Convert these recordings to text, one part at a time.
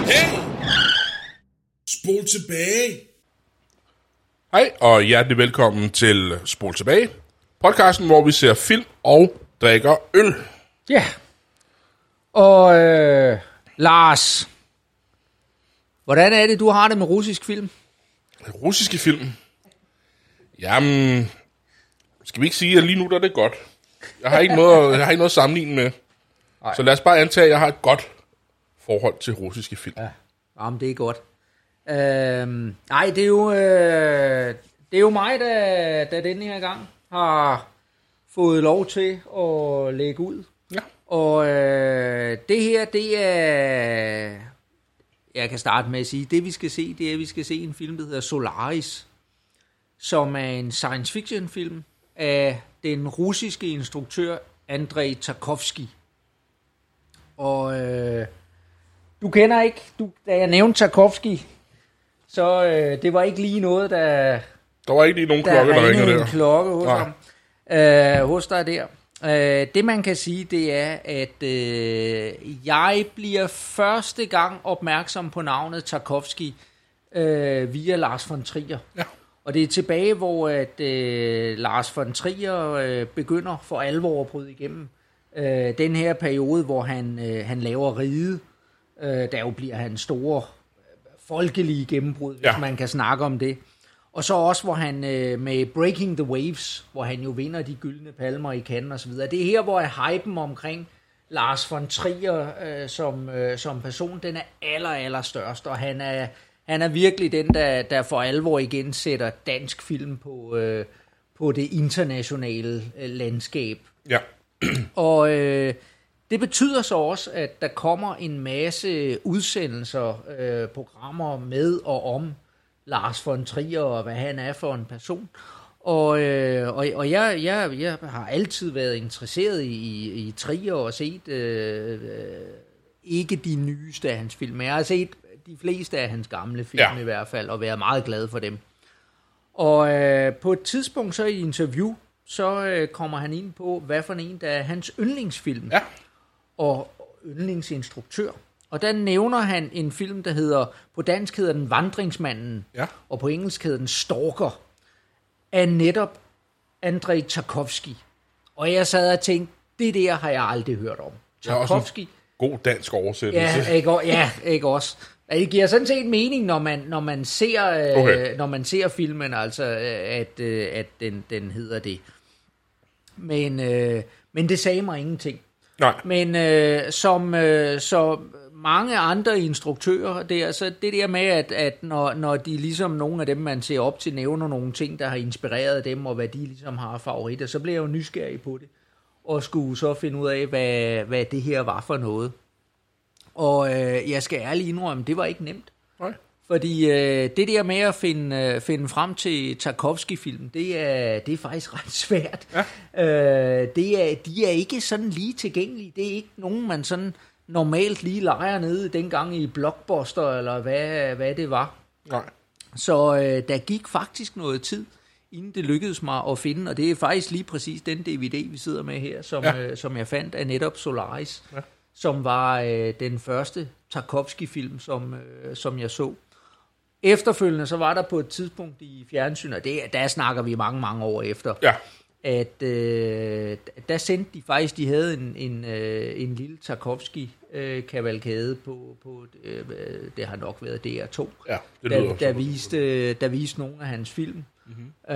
Hey! Spol tilbage! Hej, og hjertelig velkommen til Spol Tilbage, podcasten, hvor vi ser film og drikker øl. Ja, og Lars, hvordan er det, du har det med russisk film? Russiske film? Jamen, skal vi ikke sige, at lige nu der er det godt. Jeg har ikke noget at sammenligne med. Nej. Så lad os bare antage, at jeg har et godt forhold til russiske film. Ja, jamen det er godt. Nej, det er jo mig, der denne her gang har fået lov til at lægge ud. Ja. Og det her, det er... Jeg kan starte med at sige, det vi skal se, det er, at vi skal se en film, der hedder Solaris, som er en science fiction film af den russiske instruktør Andrei Tarkovsky. Og du kender ikke, da jeg nævnte Tarkovsky, så det var ikke lige noget, der Der var ikke lige nogen klokke, der ringede der. en klokke hos ham. Hos dig der. Det man kan sige, det er, at jeg bliver første gang opmærksom på navnet Tarkovsky via Lars von Trier. Ja. Og det er tilbage, hvor at Lars von Trier begynder for alvor at bryde igennem. Den her periode, hvor han laver Ride, der jo bliver han store folkelige gennembrud, hvis man kan snakke om det. Og så også, hvor han med Breaking the Waves, hvor han jo vinder de gyldne palmer i Cannes og så videre. Det er her, hvor hypen omkring Lars von Trier som person, den er allerstørst, og han er virkelig den, der for alvor igen sætter dansk film på det internationale landskab. Ja. Og det betyder så også, at der kommer en masse udsendelser, programmer med og om Lars von Trier og hvad han er for en person. Og jeg har altid været interesseret i Trier og set ikke de nyeste af hans film, men jeg har set de fleste af hans gamle film i hvert fald, og været meget glad for dem. Og på et tidspunkt så i interview, så kommer han ind på, hvad for en der er hans yndlingsfilm og yndlingsinstruktør. Og der nævner han en film, der hedder, på dansk hedder den Vandringsmanden, og på engelsk hedder den Stalker, af netop Andrei Tarkovsky. Og jeg sad og tænkte, det der har jeg aldrig hørt om. Tarkovsky. God dansk oversættelse. Ikke også. Det giver sådan set mening, når man ser filmen, altså at den hedder det. Men det sagde mig ingenting. Nej. Men så mange andre instruktører der, så det der med, at når de ligesom nogle af dem, man ser op til, nævner nogle ting, der har inspireret dem, og hvad de ligesom har favoritter, så blev jeg jo nysgerrig på det, og skulle så finde ud af, hvad det her var for noget. Og jeg skal ærligt indrømme, det var ikke nemt. Nej. Fordi det der med at finde frem til Tarkovsky-film, det er faktisk ret svært. Ja. De er ikke sådan lige tilgængelige. Det er ikke nogen, man sådan normalt lige leger nede dengang i Blockbuster, eller hvad det var. Nej. Så der gik faktisk noget tid, inden det lykkedes mig at finde, og det er faktisk lige præcis den DVD, vi sidder med her, som jeg fandt af netop Solaris, som var den første Tarkovsky-film, som jeg så. Efterfølgende, så var der på et tidspunkt i fjernsyn, og der snakker vi mange år efter, at der sendte de faktisk, de havde en lille Tarkovsky-kavalkade på det har nok været DR2, der viste nogle af hans film. Mm-hmm.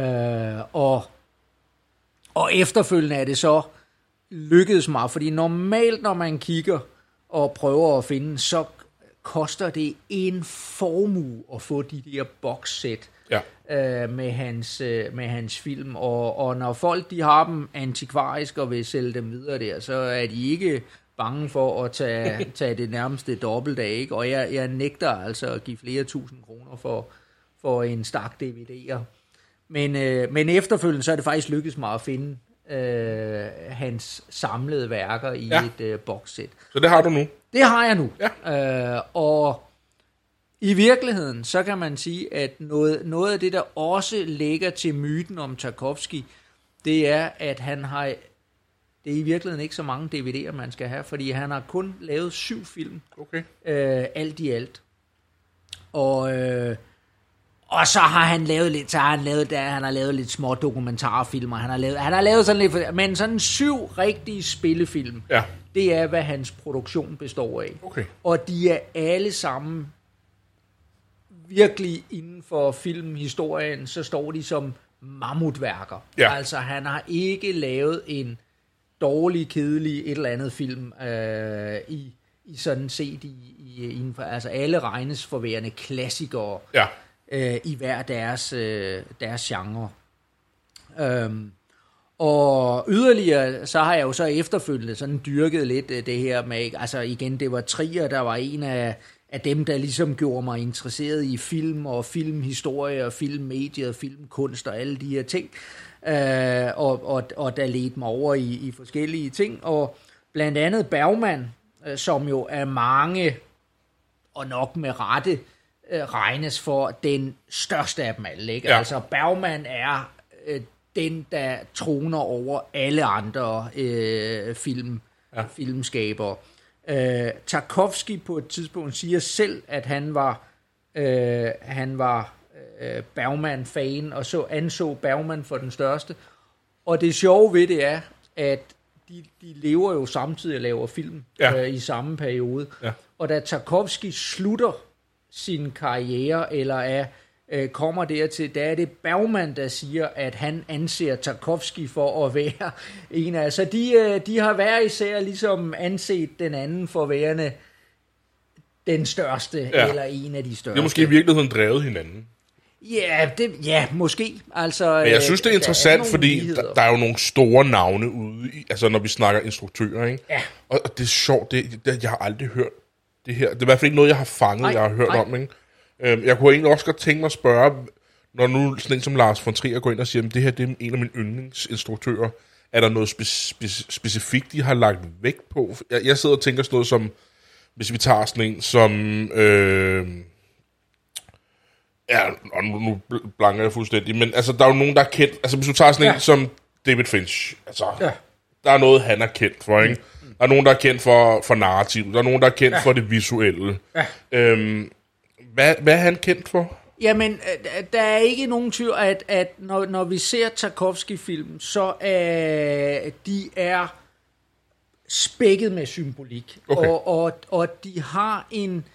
Og efterfølgende er det så lykkedes mig, fordi normalt, når man kigger og prøver at finde, så koster det en formue at få de der boxsæt med hans film, og når folk de har dem antikvarisk og vil sælge dem videre der, så er de ikke bange for at tage det nærmeste dobbelt af, ikke? Og jeg nægter altså at give flere tusind kroner for en stak DVD'er. Men efterfølgende så er det faktisk lykkedes mig at finde hans samlede værker i et boxsæt. Så det har du nu? Det har jeg nu. Ja. Og i virkeligheden, så kan man sige, at noget af det, der også ligger til myten om Tarkovsky, det er, at det er i virkeligheden ikke så mange DVD'er, man skal have, fordi han har kun lavet 7 film, Okay. alt i alt. Og så har han lavet lidt, han har lavet lidt små dokumentarfilmer, han har lavet sådan lidt, men sådan 7 rigtige spillefilm, Ja. det er, hvad hans produktion består af. Okay. Og de er alle sammen virkelig inden for filmhistorien, så står de som mammutværker. Ja. Altså, han har ikke lavet en dårlig, kedelig et eller andet film i sådan set inden for, altså alle regnes for værende klassikere i hver deres genre. Og yderligere, så har jeg jo så efterfølgende sådan dyrket lidt det her med, altså igen, det var Trier, der var en af dem, der ligesom gjorde mig interesseret i film og filmhistorie og filmmediet og filmkunst og alle de her ting, og der ledte mig over i forskellige ting, og blandt andet Bergman, som jo er mange, og nok med rette, regnes for den største af dem alle, ikke? Ja. Altså Bergman er den, der troner over alle andre filmskabere. Tarkovsky på et tidspunkt siger selv, at han var Bergman-fan, og så anså Bergman for den største. Og det sjove ved det er, at de lever jo samtidig og laver film i samme periode. Ja. Og da Tarkovsky slutter sin karriere, eller kommer dertil, der er det Bergman, der siger, at han anser Tarkovsky for at være en af. Så de har hver især ligesom anset den anden for værende den største, eller en af de største. Det er måske i virkeligheden drevet hinanden. Ja, måske. Altså, men jeg synes, det er interessant, fordi der er jo nogle store navne ude, altså når vi snakker instruktører, ikke? Ja. Og det er sjovt, jeg har aldrig hørt det her. Det er i hvert fald ikke noget, jeg har fanget, jeg har hørt om, ikke? Jeg kunne egentlig også godt tænke mig at spørge, når nu sådan en som Lars von Trier går ind og siger, at det her det er en af mine yndlingsinstruktører, er der noget specifikt, de har lagt vægt på? Jeg sidder og tænker sådan noget som, hvis vi tager sådan en som, og nu blanker jeg fuldstændig, men altså der er jo nogen, der er kendt, altså hvis du tager sådan en som David Finch, altså der er noget, han er kendt for, ikke? Der er nogen, der er kendt for narrativ, der er nogen, der er kendt for det visuelle. Hvad er han kendt for? Jamen, der er ikke nogen tvivl, at når vi ser Tarkovsky-film, så de er spækket med symbolik. Okay. Og de har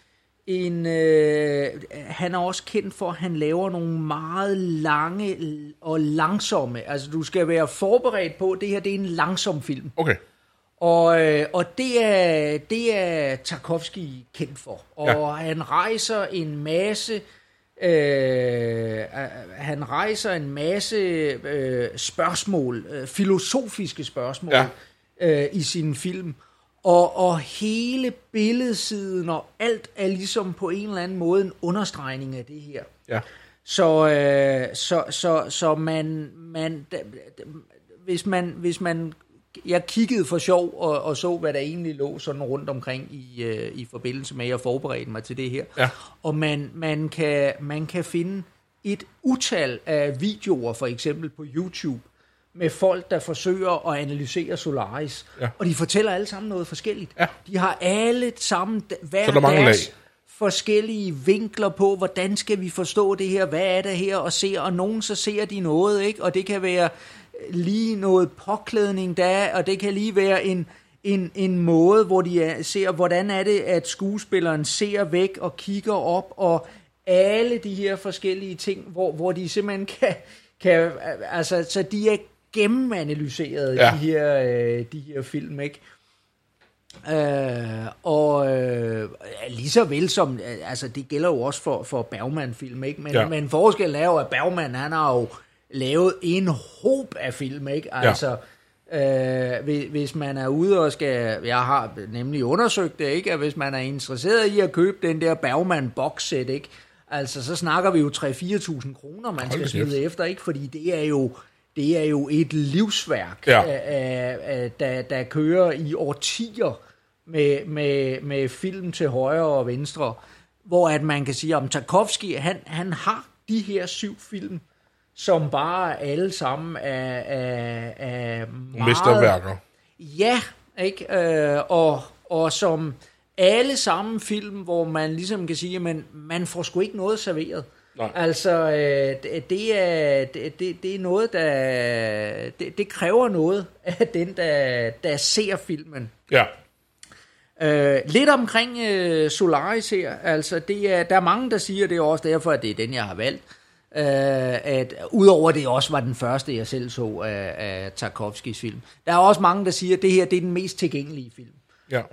han er også kendt for, at han laver nogle meget lange og langsomme. Altså, du skal være forberedt på, at det her det er en langsom film. Okay. Og det er Tarkovsky kendt for. Og han rejser en masse spørgsmål, filosofiske spørgsmål i sin film. Og hele billedsiden og alt er ligesom på en eller anden måde en understregning af det her. Ja. Så man hvis man jeg kiggede for sjov og så, hvad der egentlig lå sådan rundt omkring i forbindelse med, at jeg forberedte mig til det her. Ja. Og man kan finde et utal af videoer, for eksempel på YouTube, med folk, der forsøger at analysere Solaris. Ja. Og de fortæller alle sammen noget forskelligt. Ja. De har alle sammen hver deres forskellige vinkler på, hvordan skal vi forstå det her, hvad er det her, og nogen så ser de noget, ikke? Og det kan være lige noget påklædning der, og det kan lige være en måde, hvor de ser, hvordan er det, at skuespilleren ser væk og kigger op, og alle de her forskellige ting, hvor de simpelthen kan altså, så de er gennemanalyseret, de her film, ikke? Lige så vel som, altså det gælder jo også for Bergman-film, ikke? Men forskellen er jo, at Bergman, han har jo lavet en hob af film, ikke? Altså, hvis man er ude og skal, jeg har nemlig undersøgt det, ikke? At hvis man er interesseret i at købe den der Bergman boxset, ikke? Altså, så snakker vi jo 3-4.000 kroner, man skal smide efter, ikke? Fordi det er jo et livsværk, der kører i årtier med film til højre og venstre, hvor at man kan sige, om Tarkovsky, han har de her 7 film, som bare alle sammen er meget... Mesterværker. Ja, ikke? Og som alle sammen film, hvor man ligesom kan sige, at man får sgu ikke noget serveret. Nej. Altså, det er noget, der... Det kræver noget af den, der ser filmen. Ja. Lidt omkring Solaris her, altså der er mange, der siger, det er også derfor, at det er den, jeg har valgt, at udover det også var den første, jeg selv så af Tarkovskis film. Der er også mange, der siger, at det her det er den mest tilgængelige film. Ja.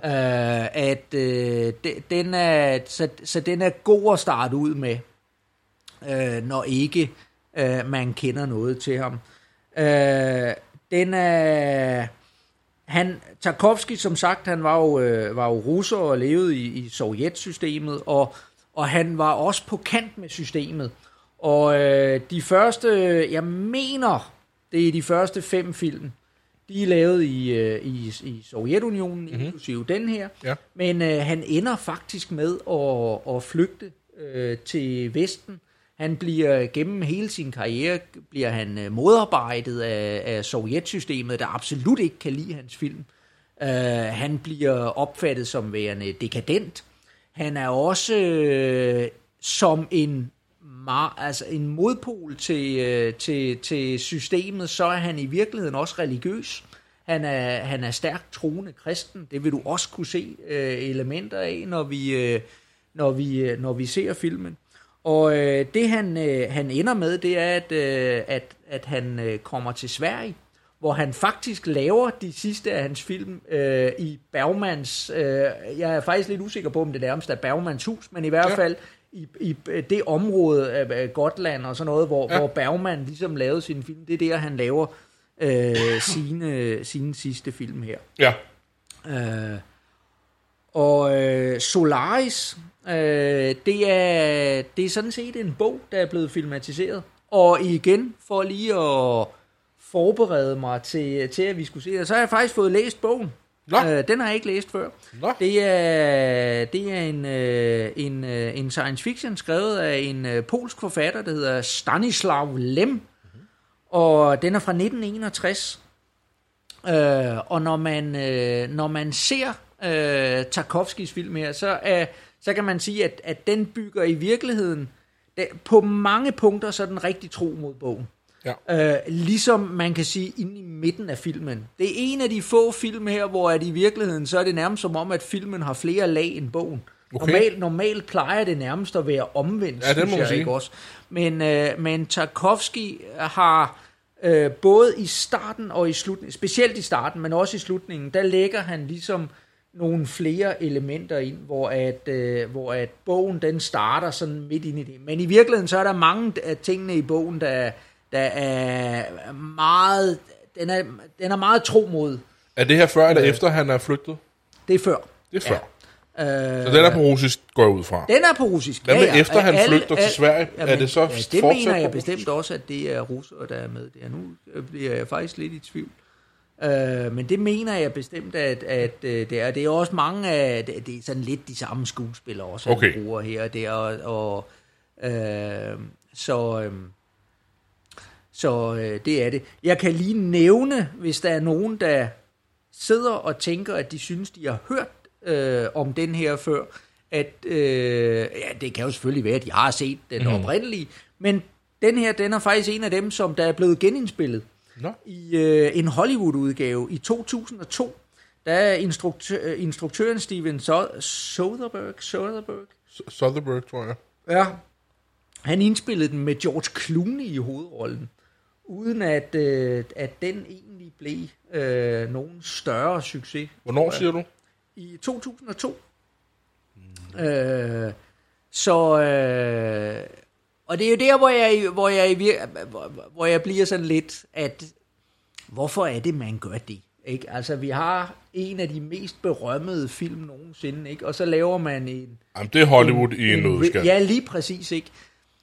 Den er, så den er god at starte ud med, når ikke man kender noget til ham. Den er... Tarkovsky, som sagt, han var jo russer og levede i Sovjetsystemet, og han var også på kant med systemet. Og de første, jeg mener, det er de første 5 film, de er lavet i Sovjetunionen, inklusive den her. Ja. Men han ender faktisk med at flygte til Vesten. Han bliver gennem hele sin karriere bliver han modarbejdet af Sovjetsystemet, der absolut ikke kan lide hans film. Han bliver opfattet som værende dekadent. Han er også som en modpol til systemet, så er han i virkeligheden også religiøs. Han er stærkt troende kristen. Det vil du også kunne se elementer af, når vi ser filmen. Og det han ender med, det er, at han kommer til Sverige, hvor han faktisk laver de sidste af hans film i Bergmans, jeg er faktisk lidt usikker på, om det nærmest er Bergmans hus, men i hvert fald i det område af Gotland og sådan noget, hvor Bergman ligesom lavede sin film. Det er der, han laver sine sidste film her. Ja. Og Solaris, det er sådan set en bog, der er blevet filmatiseret. Og igen, for lige at forberede mig til at vi skulle se det, så har jeg faktisk fået læst bogen. Den har jeg ikke læst før. Det er en science fiction skrevet af en polsk forfatter, der hedder Stanisław Lem. Og den er fra 1961. Og når man ser Tarkovskis film her, så kan man sige, at den bygger i virkeligheden, på mange punkter, så er den rigtig tro mod bogen. Ja. Ligesom man kan sige, inde i midten af filmen. Det er en af de få film her, hvor at i virkeligheden, så er det nærmest som om, at filmen har flere lag end bogen. Okay. Normalt plejer det nærmest at være omvendt, ja, synes jeg ikke også. Men Tarkovsky har både i starten og i slutningen, specielt i starten, men også i slutningen, der lægger han ligesom nogle flere elementer ind, hvor at bogen den starter sådan midt ind i det. Men i virkeligheden så er der mange af tingene i bogen, der er meget, den er meget tro mod. Er det her før eller efter han er flygtet? Det er før. Det er før. Ja. Så den er på russisk, går jeg ud fra. Den er på russisk. Hvad med efter han flygter til Sverige? Er det så fortsat? Det mener jeg bestemt også, at det er russere, der er med der. Nu bliver jeg faktisk lidt i tvivl. Men det mener jeg bestemt, at det er. Det er også mange af, det er sådan lidt de samme skuespillere også, han bruger her og der. Så det er det. Jeg kan lige nævne, hvis der er nogen, der sidder og tænker, at de synes, de har hørt om den her før, at det kan jo selvfølgelig være, at de har set den oprindelige, men den her, den er faktisk en af dem, som der er blevet genindspillet i en Hollywood-udgave i 2002. Der er instruktøren Steven Soderbergh, tror jeg. Ja, han indspillede den med George Clooney i hovedrollen, uden at den egentlig blev nogen større succes. Hvornår siger du? I 2002. Og det er jo der, hvor jeg bliver sådan lidt, at hvorfor er det, man gør det? Ikke? Altså, vi har en af de mest berømmede film nogensinde, ikke? Og så laver man en... Jamen, det er Hollywood i en nødskal. Ja, lige præcis, ikke?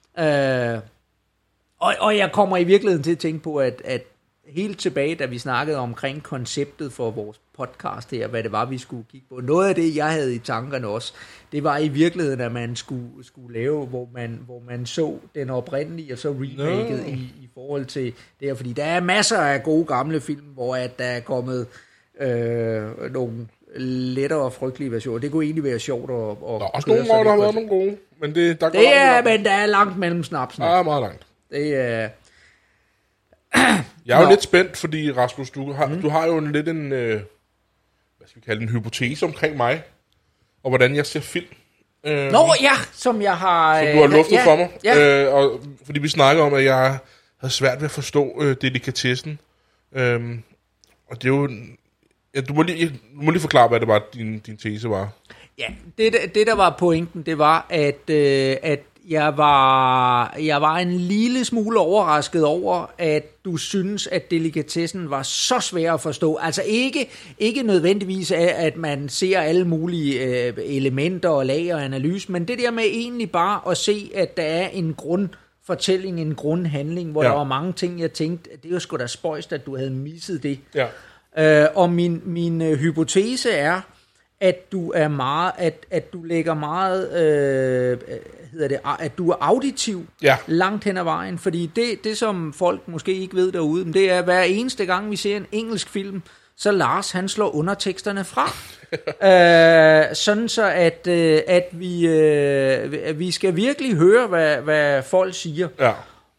Og jeg kommer i virkeligheden til at tænke på, at helt tilbage, da vi snakkede omkring konceptet for vores podcast her, hvad det var, vi skulle kigge på. Noget af det, jeg havde i tankerne også, det var i virkeligheden, at man skulle lave, hvor man så den oprindelige, og så remaket i forhold til det her. Fordi der er masser af gode gamle film, hvor at der er kommet nogle lettere og frygtelige versioner. Det kunne egentlig være sjovt at der er også nogle, hvor der har været nogle gode, men der er langt mellem snapsen. Ja, meget langt. Det er... Jeg er jo lidt spændt, fordi Rasmus, du har jo lidt en, hvad skal vi kalde en hypotese omkring mig, og hvordan jeg ser film. Som jeg har... Som du har luftet for mig. Ja. Og fordi vi snakker om, at jeg havde svært ved at forstå delikatessen. Og det er jo... Ja, du må lige forklare, hvad det var, din tese var. Ja, det der var pointen, det var, at jeg var en lille smule overrasket over, at du synes, at delikatessen var så svær at forstå. Altså ikke nødvendigvis af, at man ser alle mulige elementer og lag og analyse, men det der med egentlig bare at se, at der er en grundfortælling, en grundhandling, hvor der var mange ting, jeg tænkte, det er jo sgu da spøjst, at du havde misset det. Ja. Og min hypotese er, at du er meget, at du lægger meget, at du er auditiv langt hen ad vejen, fordi det som folk måske ikke ved derude, det er, hver eneste gang vi ser en engelsk film, så Lars, han slår underteksterne fra. Sådan så, at vi skal virkelig høre, hvad folk siger. Ja.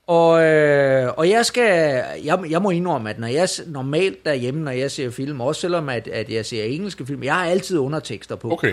Og jeg må indrømme, at når jeg normalt derhjemme, når jeg ser film, også selvom at jeg ser engelske film, jeg har altid undertekster på. Okay.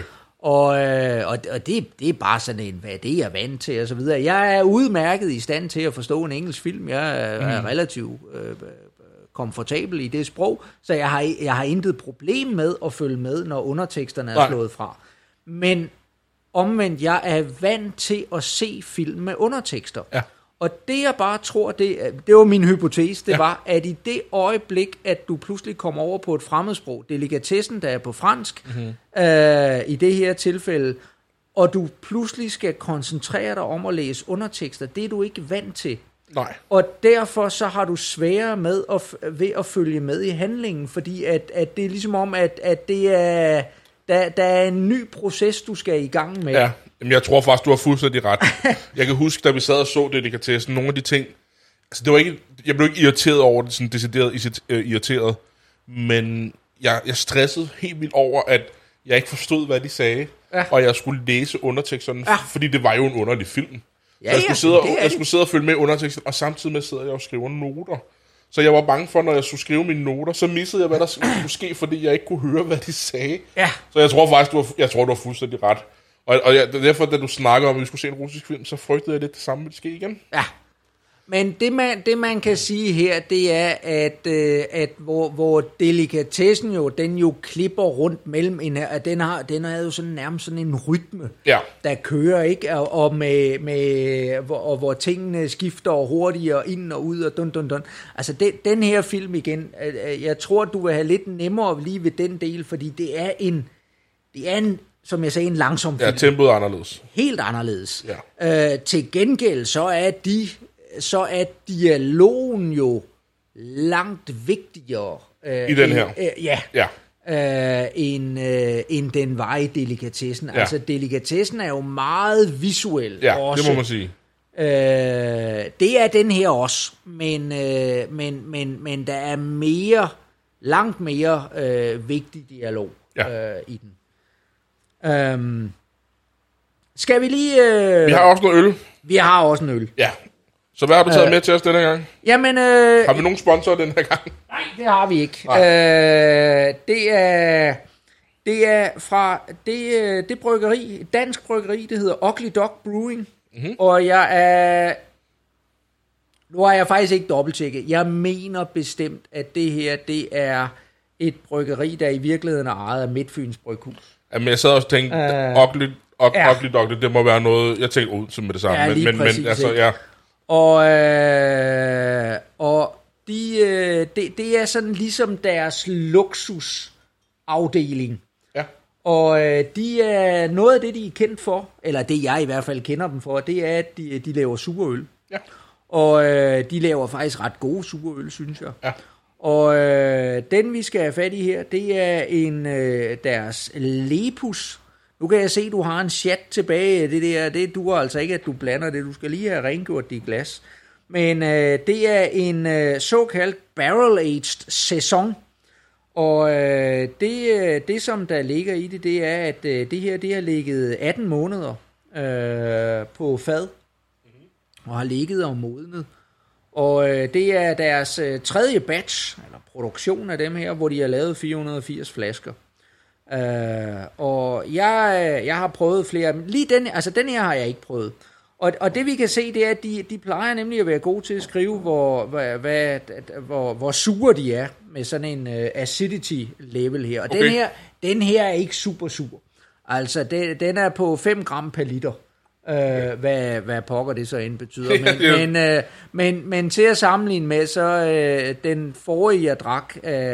Og det er bare sådan en, hvad det er jeg vant til, og så videre. Jeg er udmærket i stand til at forstå en engelsk film. Jeg er relativt komfortabel i det sprog, så jeg har intet problem med at følge med, når underteksterne er slået fra. Men omvendt, jeg er vant til at se film med undertekster. Ja. Og det jeg bare tror, det var min hypotese, det var, at i det øjeblik, at du pludselig kommer over på et fremmedsprog, delikatessen, der er på fransk, i det her tilfælde, og du pludselig skal koncentrere dig om at læse undertekster, det er du ikke vant til. Nej. Og derfor så har du sværere ved at følge med i handlingen, fordi at det er ligesom om, at det er, der er en ny proces, du skal i gang med. Ja. Jamen, jeg tror faktisk, du har fuldstændig ret. Jeg kan huske, da vi sad og så delikatessen, nogle af de ting, altså det var ikke, jeg blev ikke irriteret over det, sådan decideret irriteret, men jeg stressede helt vildt over, at jeg ikke forstod, hvad de sagde, og jeg skulle læse underteksterne, fordi det var jo en underlig film. Ja, jeg skulle sidde og følge med underteksten, og samtidig med sidder jeg og skriver noter. Så jeg var bange for, når jeg skulle skrive mine noter, så missede jeg, hvad der skulle ske, fordi jeg ikke kunne høre, hvad de sagde. Ja. Så jeg tror faktisk, du har fuldstændig ret. Og derfor, da du snakker om, at vi skulle se en russisk film, så frygtede jeg lidt det samme, vil ske igen. Ja. Men det man kan sige her, det er, at hvor delikatessen jo, den jo klipper rundt mellem den har jo sådan nærmest sådan en rytme, der kører, ikke? Og hvor tingene skifter hurtigere ind og ud og dun. Altså den her film igen, jeg tror, du vil have lidt nemmere lige ved den del, fordi det er en som jeg sagde, en langsom film. Ja, tempoet er anderledes. Helt anderledes. Ja. Til gengæld, så er dialogen jo langt vigtigere. I den her? End den var i delikatessen. Ja. Altså, delikatessen er jo meget visuel. Ja, også. Det må man sige. Det er den her også. Men der er langt mere vigtig dialog i den. Skal vi lige... Vi har også noget øl. Vi har også en øl. Ja. Så hvad har du taget med til os denne gang? Jamen... har vi nogen sponsorer denne gang? Nej, det har vi ikke. Det er fra det bryggeri, dansk bryggeri, det hedder Ugly Dog Brewing. Mm-hmm. Og nu har jeg faktisk ikke dobbelttjekket. Jeg mener bestemt, at det her, det er et bryggeri, der i virkeligheden er ejet af Midtfyns Bryghus. Jamen, jeg sad også og tænkte, Ugly Dog, det må være noget, jeg tænkte ud med det samme. Ja, lige præcis, men altså, ja. Og det er sådan ligesom deres luksusafdeling. Ja. Og de er noget af det, de er kendt for, eller det jeg i hvert fald kender dem for, det er, at de laver surøl. Ja. Og de laver faktisk ret gode surøl, synes jeg. Ja. Og den vi skal have fat i her, det er deres Lepus. Nu kan jeg se, at du har en chat tilbage. Det duer altså ikke, at du blander det. Du skal lige have rengjort dit glas. Men det er en såkaldt barrel-aged saison. Og det som der ligger i det, det er, at det her, det har ligget 18 måneder på fad, og har ligget og modnet. Og det er deres tredje batch, eller produktion af dem her, hvor de har lavet 480 flasker. Og jeg har prøvet flere, lige den her har jeg ikke prøvet. Og det vi kan se, det er, at de plejer nemlig at være gode til at skrive, hvor sure de er med sådan en acidity level her. Og okay. den her er ikke super sur. Altså, den er på 5 gram per liter. Hvad pokker det så end betyder. Men til at sammenligne med, så den forrige, jeg drak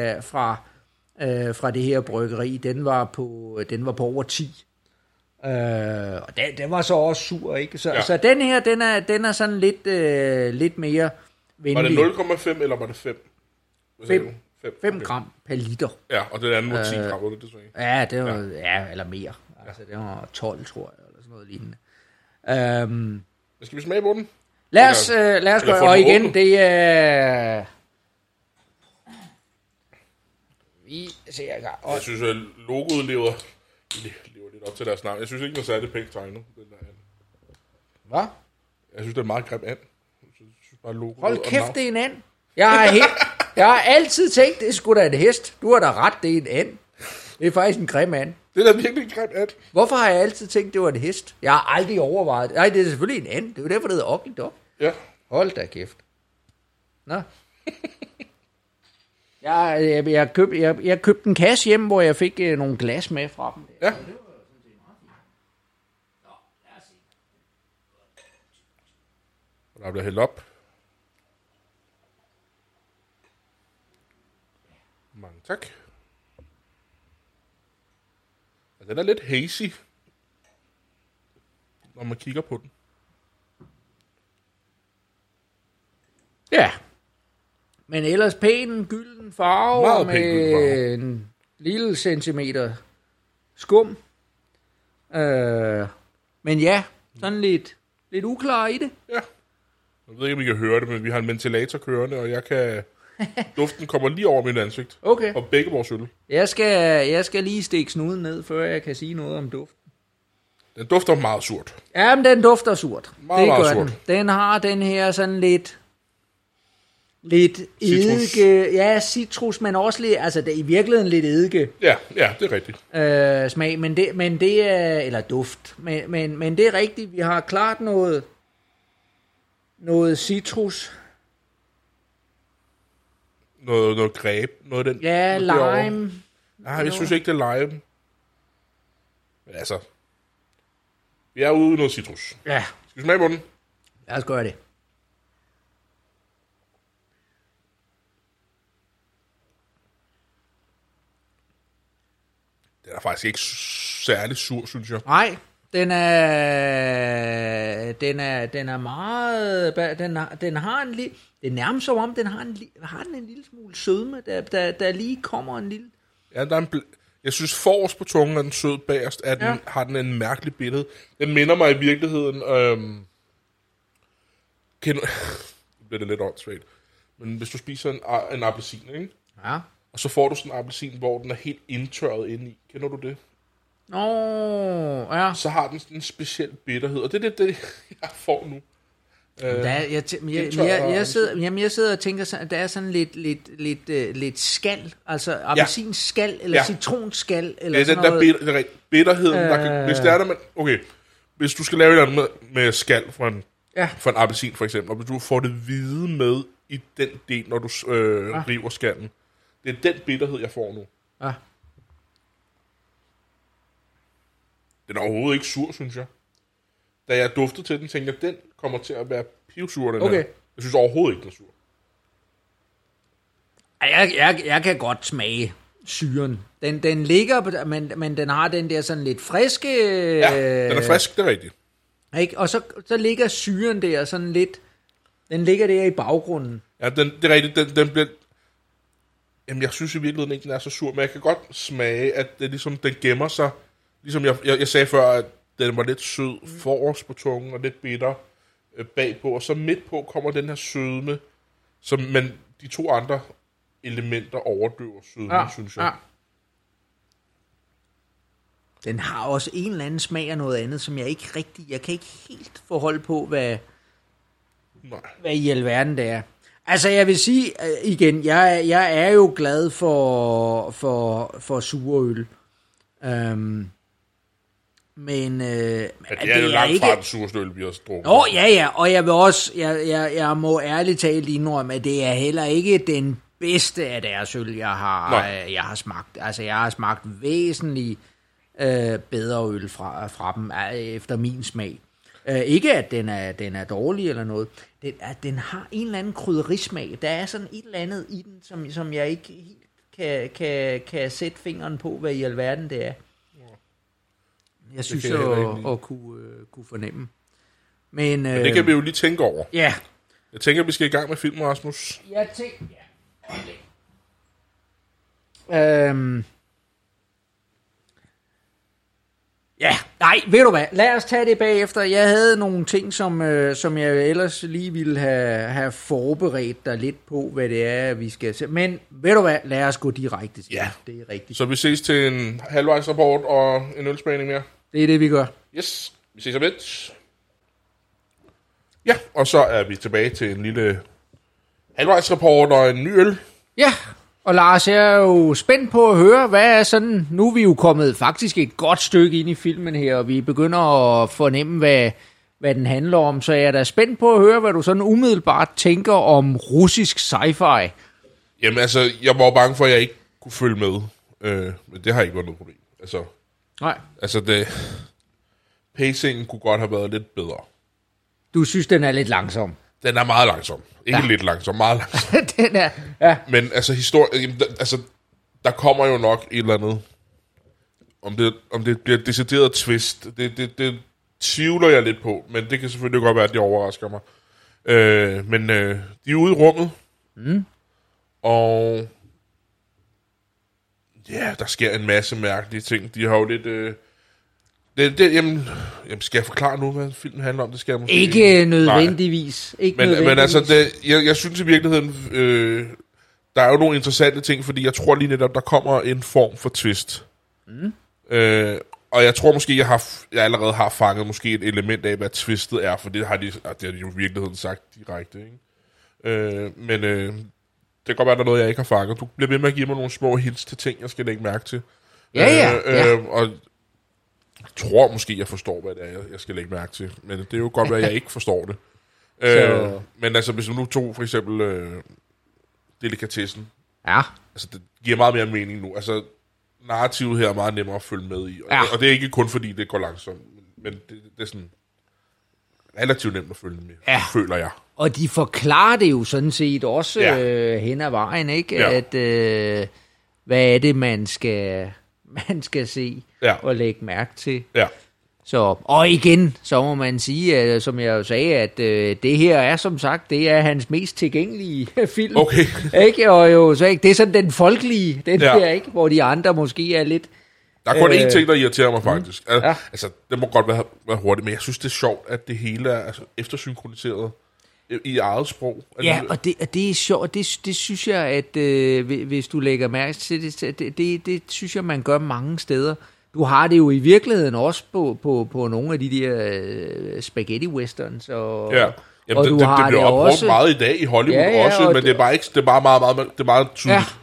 fra det her bryggeri, den var på over 10. Og den var så også sur, ikke? Så den her, den er sådan lidt mere venlig. Var det 0,5 eller var det 5? 5 gram per liter. Ja, og det andet var 10 gram, det så ikke? Ja, det var, eller mere. Altså, det var 12, tror jeg, eller sådan noget lignende. Skal vi smage på den? Lad os gøre, og igen, det er... Vi ser jeg. Jeg synes, at logoet lever lidt op til deres navn. Jeg synes ikke, det er særlig pænt tegnet. Den der and. Hvad? Jeg synes, det er en meget grim and. Jeg synes bare, logoet hold kæft, det er en and. Jeg har altid tænkt, det er sgu da en hest. Du har da ret, det er en and. Det er faktisk en grim and. Det er da virkelig en grim and. Hvorfor har jeg altid tænkt, det var en hest? Jeg har aldrig overvejet det. Nej, det er selvfølgelig en and. Det er jo derfor, det hedder Ugly Dog. Ja. Hold da kæft. Nå. Jeg købte en kasse hjem, hvor jeg fik nogle glas med fra dem. Ja. Og der bliver hældt op. Mange tak. Og den er lidt hazy, når man kigger på den. Ja. Men ellers pæn gylden farve. Meget med en lille centimeter skum. Men ja, sådan lidt uklar i det. Ja. Jeg ved ikke, om I kan høre det, men vi har en ventilator kørende, og jeg kan... Duften kommer lige over mit ansigt. Okay. Og begge vores øl. Jeg skal lige stikke snuden ned, før jeg kan sige noget om duften. Den dufter meget surt. Ja, men den dufter surt. Meget, det gør meget surt. Den har den her sådan lidt citrus. eddike, ja, citrus, men også lidt, altså det er i virkeligheden lidt eddike. Ja, det er rigtigt. Smag, men det er, eller duft, men det er rigtigt, vi har klart noget citrus. Noget greb, noget af den. Ja, lime. Nej, jeg synes ikke, det er lime. Men altså, vi er ude i noget citrus. Ja. Skal vi smage på den? Lad os gøre det. Den er faktisk ikke særlig sur, synes jeg. Nej, den er meget, den har en lille, det er nærmest som om, den har en lille smule sødme, der lige kommer en lille. Ja, der er jeg synes forrest på tungen er den sød, bagerst har den en mærkelig billede. Den minder mig i virkeligheden, det bliver det lidt åndssvagt, men hvis du spiser en appelsin, ikke? Ja. Og så får du sådan en appelsin, hvor den er helt indtørret indeni. Kender du det? Ja. Så har den sådan en speciel bitterhed, og det er det, jeg får nu. Jeg sidder og tænker, at der er sådan lidt skal, altså appelsinskal, eller citronskal, eller ja, sådan noget. Bitterheden, hvis det er der, men okay, hvis du skal lave et eller andet med skal fra en appelsin for eksempel, og hvis du får det hvide med i den del, når du river skallen, det er den bitterhed, jeg får nu. Ja. Den er overhovedet ikke sur, synes jeg. Da jeg duftede til den, tænkte jeg, den kommer til at være pivsur, den her. Jeg synes overhovedet ikke, den er sur. Jeg kan godt smage syren. Den ligger, men den har den der sådan lidt friske... Ja, den er frisk, det er rigtigt. Ikke? Og så ligger syren der sådan lidt... Den ligger der i baggrunden. Ja, det er rigtigt. Den bliver... Jamen, jeg synes i virkeligheden ikke, den er så sur, men jeg kan godt smage, at det ligesom, den gemmer sig. Ligesom jeg sagde før, at den var lidt sød forrest på tungen, og lidt bitter bagpå, og så midt på kommer den her sødme, men de to andre elementer overdøver sødme, synes jeg. Den har også en eller anden smag af noget andet, som jeg kan ikke helt forholde på, hvad i alverden det er. Altså, jeg vil sige igen, jeg er jo glad for surøl. Men det er jo langt fra den sureste øl, vi har drukket. Ja, og jeg vil også, jeg må ærligt talt indrømme, at det er heller ikke den bedste af deres øl, jeg har smagt. Altså, jeg har smagt væsentligt bedre øl fra dem, efter min smag. Ikke at den er dårlig eller noget. Den har en eller anden krydderismag. Der er sådan et eller andet i den, som jeg ikke helt kan sætte fingeren på, hvad i alverden det er. Jeg synes at kunne fornemme. Men det kan vi jo lige tænke over. Ja. Jeg tænker, vi skal i gang med filmen, Rasmus. Jeg tænker... Ja, nej, ved du hvad, lad os tage det bagefter. Jeg havde nogle ting, som jeg ellers lige ville have forberedt dig lidt på, hvad det er, vi skal se. Men ved du hvad, lad os gå direkte til. Ja, det er rigtigt. Så vi ses til en halvvejsrapport og en ølsmagning mere. Det er det, vi gør. Yes, vi ses om lidt. Ja, og så er vi tilbage til en lille halvvejsrapport og en ny øl. Ja, og Lars, jeg er jo spændt på at høre, hvad er sådan... Nu er vi jo kommet faktisk et godt stykke ind i filmen her, og vi begynder at fornemme, hvad den handler om. Så jeg er da spændt på at høre, hvad du sådan umiddelbart tænker om russisk sci-fi. Jamen altså, jeg var bange for, at jeg ikke kunne følge med. Men det har ikke været noget problem. Altså, nej. Altså, pacingen kunne godt have været lidt bedre. Du synes, den er lidt langsom? Den er meget langsom. Ikke lidt langsom, meget langsom. Den er, ja. Men altså, der kommer jo nok et eller andet. Om det bliver et decideret twist, det tvivler jeg lidt på. Men det kan selvfølgelig godt være, at det overrasker mig. Men de er ude i rummet. Og ja, der sker en masse mærkelige ting. De har jo lidt... Jamen, skal jeg forklare nu, hvad filmen handler om? Det skal jeg måske ikke nødvendigvis. Men altså, jeg synes i virkeligheden, der er jo nogle interessante ting, fordi jeg tror lige netop, der kommer en form for twist. Og jeg tror måske, jeg allerede har fanget måske et element af, hvad twistet er, for det har de jo i virkeligheden sagt direkte. Ikke? Men det kan godt være, der er noget, jeg ikke har fanget. Du bliver ved med at give mig nogle små hints til ting, jeg skal lægge mærke til. Ja. Og jeg tror måske, jeg forstår, hvad det er, jeg skal lægge mærke til. Men det er jo godt, at jeg ikke forstår det. Men altså, hvis du nu tog for eksempel delikatessen. Ja. Altså, det giver meget mere mening nu. Altså, narrativet her er meget nemmere at følge med i. Og det er ikke kun fordi, det går langsomt. Men det er sådan relativt nemt at følge med, føler jeg. Og de forklarer det jo sådan set også hen ad vejen, ikke? Ja. At hvad er det, man skal se og lægge mærke til. Ja. Så, og igen, så må man sige, at, som jeg jo sagde, at det her er som sagt, det er hans mest tilgængelige film. Okay. Ikke? Og jo, så ikke, det er sådan den folkelige, den der, ikke? Hvor de andre måske er lidt... Der er kun én ting, der irriterer mig faktisk. Altså, det må godt være hurtigt, men jeg synes, det er sjovt, at det hele er eftersynkroniseret i eget sprog. Ja, og det er sjovt, det synes jeg, at hvis du lægger mærke til det synes jeg, man gør mange steder. Du har det jo i virkeligheden også på nogle af de der spaghetti westerns. Og, ja. Jamen, og det bliver opbrugt meget i dag i Hollywood også, men det er bare ikke, det er bare meget, det er meget tydeligt.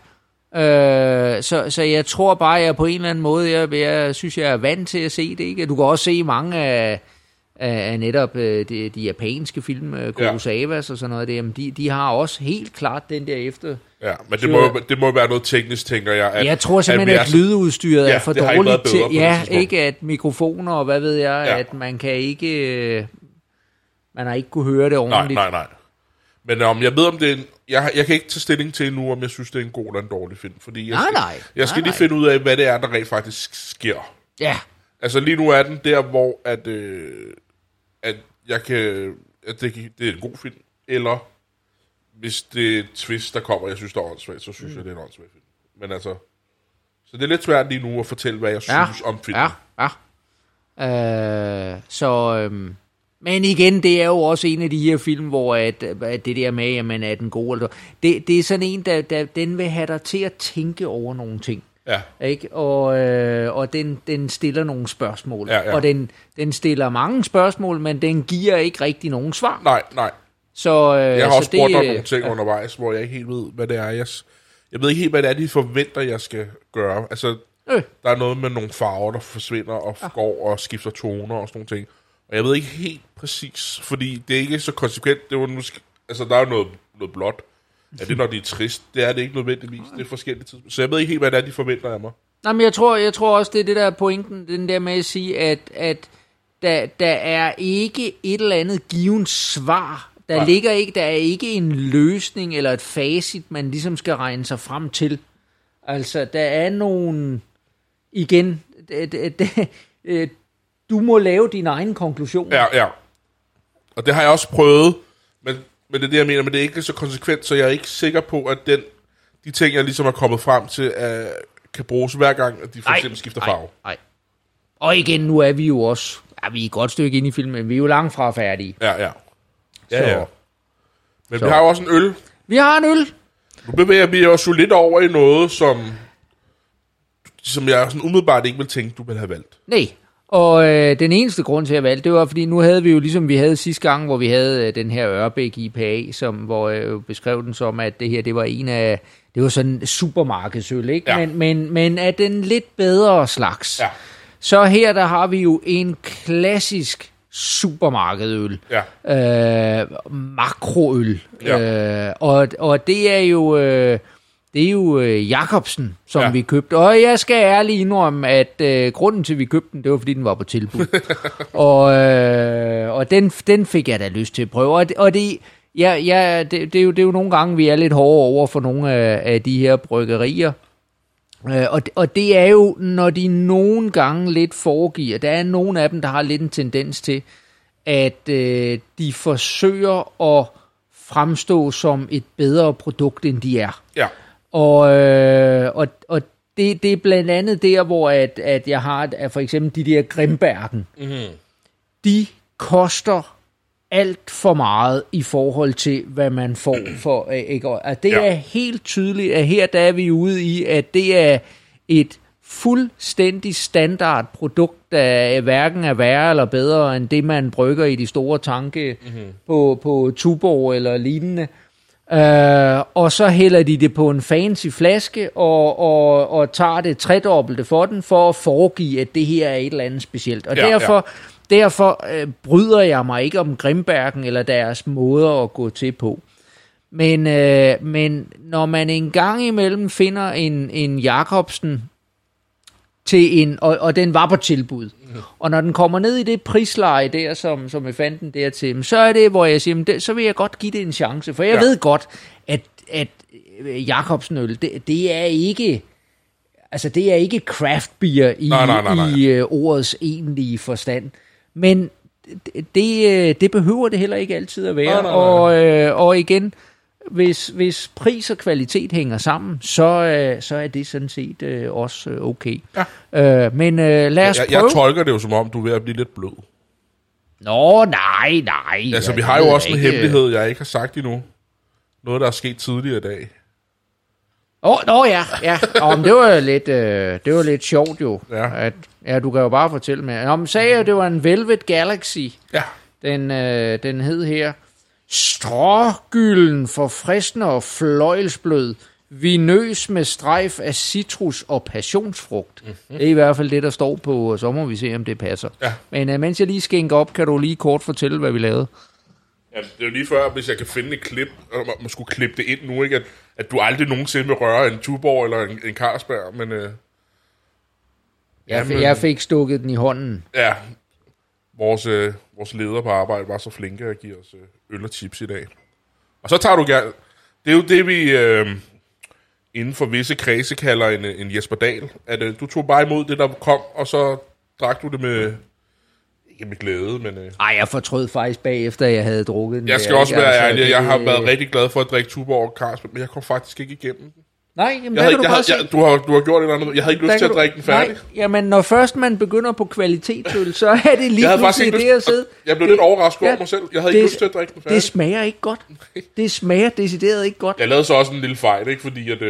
Ja. Så jeg tror bare, jeg på en eller anden måde, jeg synes, jeg er vant til at se det. Ikke? Du kan også se mange af netop de japanske film, Kurosawas og sådan noget. De har også helt klart den der efter... Ja, men det må være noget teknisk, tænker jeg. Jeg tror simpelthen, at lydudstyret er for dårligt til... Ja, ikke at mikrofoner og hvad ved jeg, at man kan ikke... man har ikke kunne høre det ordentligt. Nej. Men jeg ved, om det er jeg kan ikke tage stilling til nu, om jeg synes, det er en god eller en dårlig film. Fordi jeg skal lige finde ud af, hvad det er, der rent faktisk sker. Ja. Altså lige nu er den der, hvor at jeg kan... At det er en god film, eller... Hvis det er twist, der kommer, jeg synes, der er åndssvagt, så synes jeg, det er en åndssvagt film. Men altså... Så det er lidt svært lige nu at fortælle, hvad jeg synes om filmen. Men igen, det er jo også en af de her film, hvor at det der med, at man er den gode, eller det er sådan en, der den vil have dig til at tænke over nogle ting. Ja. Ikke? Og den stiller nogle spørgsmål. Ja. Og den stiller mange spørgsmål, men den giver ikke rigtig nogen svar. Nej. Så, jeg har også spurgt dig nogle ting undervejs, hvor jeg ikke helt ved, hvad det er. Jeg ved ikke helt, hvad det er, de forventer, jeg skal gøre. Altså, der er noget med nogle farver, der forsvinder og går og skifter toner og sådan nogle ting. Og jeg ved ikke helt præcis, fordi det er ikke så konsekvent. Det var måske, altså, der er jo noget blåt. Er det, når de er trist? Det er det ikke nødvendigvis. Det er forskellige tidspunkter. Så jeg ved ikke helt, hvad det er, de forventer af mig. Nej, men jeg tror også, det er det der pointen, den der med at sige, at der er ikke et eller andet givet svar. Der er ikke en løsning eller et facit, man ligesom skal regne sig frem til. Altså, der er nogen... Igen, du må lave din egen konklusion. Ja. Og det har jeg også prøvet, men det er det, jeg mener, men det er ikke så konsekvent, så jeg er ikke sikker på, at de ting, jeg ligesom er kommet frem til, kan bruges hver gang, at de for eksempel skifter farve. Nej. Og igen, nu er vi jo også... Ja, vi er et godt stykke inde i filmen, men vi er jo langt fra færdige. Ja. Men vi har jo også en øl. Vi har en øl. Nu bevæger vi os jo lidt over i noget, som jeg sådan umiddelbart ikke vil tænke, du vil have valgt. Nej, og den eneste grund til, at jeg valgte, det var, fordi nu havde vi jo, ligesom vi havde sidste gang, hvor vi havde den her Ørbæk IPA, hvor jeg beskrev den som, at det her, det var det var sådan en supermarkedsøl, ikke? Ja. Men af den lidt bedre slags. Ja. Så her, der har vi jo en klassisk supermarkedøl. Ja. Makroøl. Ja. Og det er jo Jacobsen, som vi købte. Og jeg skal ærligt indrømme, at grunden til, at vi købte den, det var, fordi den var på tilbud. og den fik jeg da lyst til at prøve. Og det er jo nogle gange, vi er lidt hårde over for nogle af de her bryggerier. Og det er jo, når de nogle gange lidt foregiver, der er nogle af dem, der har lidt en tendens til, at de forsøger at fremstå som et bedre produkt, end de er. Ja. Og det er blandt andet der, hvor at jeg har for eksempel de der Grimbergen. Mm-hmm. De koster alt for meget i forhold til, hvad man får for. Ikke? Det er helt tydeligt, at her der er vi ude i, at det er et fuldstændig standard produkt, der hverken er værre eller bedre, end det, man brygger i de store tanke på Tuborg eller lignende. Og så hælder de det på en fancy flaske og tager det tredobbelte for den, for at foregive, at det her er et eller andet specielt. Og derfor bryder jeg mig ikke om Grimbergen eller deres måder at gå til på. Men når man en gang imellem finder en Jacobsen til og den var på tilbud, og når den kommer ned i det prisleje der, som jeg fandt den der til, så er det, hvor jeg siger, så vil jeg godt give det en chance, for jeg ved godt, at Jacobsen-øl, det er ikke... Altså, det er ikke craft beer i ordets egentlige forstand. Men det behøver det heller ikke altid at være. Nej. Og igen, hvis pris og kvalitet hænger sammen, så er det sådan set også okay. Ja. Men lad os prøve. Jeg tolker det jo som om, du er ved at blive lidt blød. Nå, nej. Altså, vi har jo også en hemmelighed, jeg ikke har sagt endnu. Noget, der er sket tidligere i dag. Ja. Det var lidt sjovt jo. Ja. Du kan jo bare fortælle mig. Men sagde jeg, det var en Velvet Galaxy. Ja. Den hed her. Strågylden, forfriskende og fløjelsblød. Vinøs med strejf af citrus og passionsfrugt. Mm-hmm. Det er i hvert fald det, der står på, så må vi se, om det passer. Ja. Men mens jeg lige skænker op, kan du lige kort fortælle, hvad vi lavede. Ja, det er jo lige før, hvis jeg kan finde et klip, og man skulle klippe det ind nu, ikke? At du aldrig nogensinde vil røre en Tuborg eller en Carlsberg, men... Jeg fik stukket den i hånden. Ja, vores leder på arbejde var så flinke at give os øl og chips i dag. Og så tager du gerne... Det er jo det, vi inden for visse kredse kalder en Jesper Dahl. At du tog bare imod det, der kom, og så drak du det med... Ikke med glæde, men... Jeg fortrød faktisk bagefter, jeg havde drukket den. Jeg skal også være ærlig, jeg har været rigtig glad for at drikke Tuborg og Carlsberg, men jeg kom faktisk ikke igennem den. Nej, jamen, du har gjort et eller andet. Jeg havde ikke lyst til at drikke den færdig. Nej, jamen når først man begynder på kvalitetsøl, så er det lige pludselig det at sidde. Jeg blev lidt overrasket over mig selv. Jeg havde ikke lyst til at drikke den færdig. Det smager ikke godt. Det smager decideret ikke godt. Jeg lavede så også en lille fejl, ikke? Fordi at,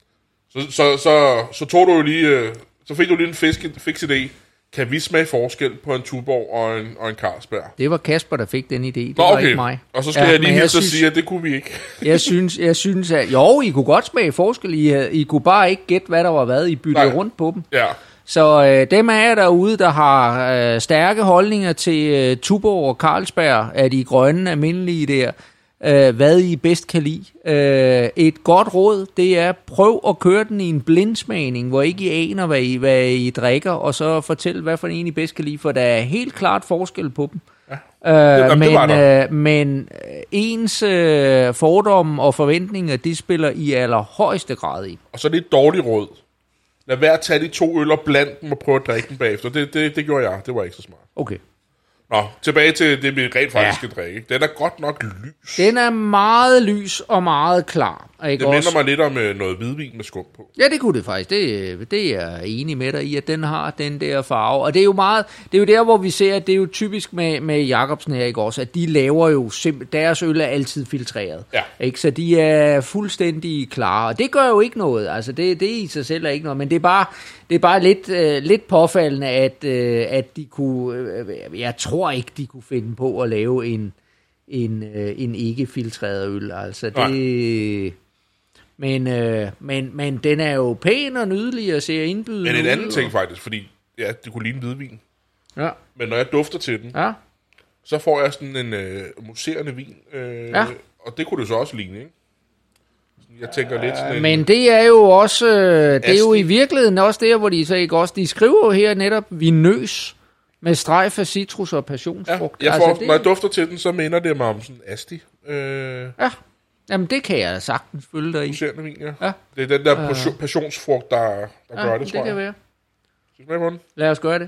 så tog du jo lige, så fik du lige en fix idé. Kan vi smage forskel på en Tuborg og en Carlsberg? Det var Kasper, der fik den idé. Det var ikke mig. Og så skal jeg lige hilse og sige, at det kunne vi ikke. jeg synes, at jo, I kunne godt smage forskel. I kunne bare ikke gætte, hvad der var hvad. I byttede rundt på dem. Ja. Så dem af jer derude, der har stærke holdninger til Tuborg og Carlsberg, er de grønne almindelige der, hvad I bedst kan lide. Et godt råd, det er, prøv at køre den i en blindsmagning, hvor ikke I aner, hvad I drikker, og så fortæl, hvad for en I bedst kan lide, for der er helt klart forskel på dem. Ja. Men ens fordomme og forventninger, de spiller i allerhøjeste grad i. Og så er det et dårligt råd. Lad være at tage de 2 øl og blande dem og prøve at drikke dem bagefter. Det gjorde jeg. Det var ikke så smart. Okay. Nå, tilbage til det, vi rent faktisk skal drikke. Den er godt nok lys. Den er meget lys og meget klar. Ikke det minder mig lidt om noget hvidvin med skum på. Ja, det kunne det faktisk. Det er jeg enig med dig i, at den har den der farve. Og det er jo meget, det er jo der, hvor vi ser, at det er jo typisk med Jacobsen her, ikke også, at de laver jo deres øl er altid filtreret. Ja. Ikke? Så de er fuldstændig klare. Og det gør jo ikke noget. Altså, det i sig selv er ikke noget. Men det er bare lidt påfaldende, at de kunne, jeg tror ikke, de kunne finde på at lave en ikke-filtreret øl. Altså, det... Men den er jo pæn og nydelig og ser indbydende ud. Men en anden ting faktisk, fordi ja, det kunne ligne hvidvin. Ja. Men når jeg dufter til den, så får jeg sådan en muserende vin. Og det kunne det så også ligne, ikke? Jeg tænker lidt sådan men det er jo også, det er jo i virkeligheden også der, hvor de så ikke også, de skriver jo her netop vinøs med strejf af citrus og passionsfrugt. Ja, når jeg dufter til den, så minder det mig om sådan asti. Ja. Jamen, det kan jeg sagtens følge dig i. Muserende vin, ja. Det er den der passionsfrugt, der gør det, tror jeg. det kan være. Skal vi smage på den? Lad os gøre det.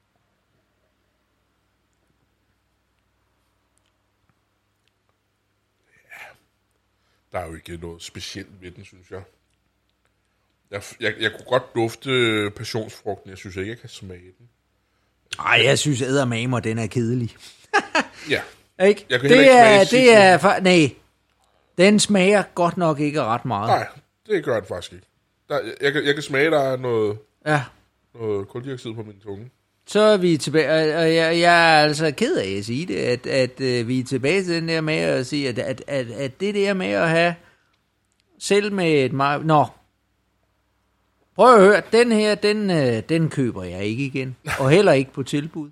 Ja. Der er jo ikke noget specielt ved den, synes jeg. Jeg kunne godt dufte passionsfrugten. Jeg synes ikke, jeg kan smage den. Ej, jeg synes eddermamer, den er kedelig. Ja. Ikke? Jeg kan det er nej. Den smager godt nok ikke ret meget. Nej, det gør den faktisk ikke. Jeg kan smage, der er noget kuldioxid på min tunge. Så er vi tilbage, og jeg er altså ked af at sige det, at vi er tilbage til den der med at sige, at det der med at have selv med et meget... Nå, prøv at høre, den her, den køber jeg ikke igen, og heller ikke på tilbud.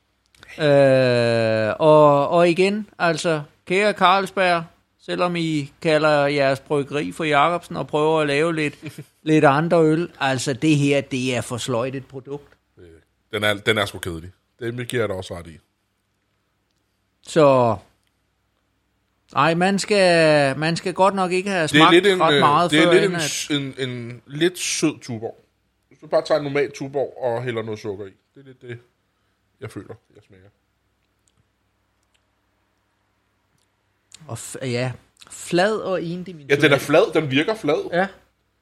Og igen, altså, kære Carlsberg, selvom I kalder jeres bryggeri for Jacobsen og prøver at lave lidt andre øl, altså det her, det er for sløjt et produkt. Den er sgu kedelig. Det giver jeg da også ret i. Så... Nej, man skal godt nok ikke have smagt ret meget før. Det er lidt en lidt sød Tuborg. Hvis du bare tager en normal Tuborg og hælder noget sukker i. Det er lidt det, jeg føler, jeg smager. Og flad og endimensionel. Ja, den er flad. Den virker flad. Ja.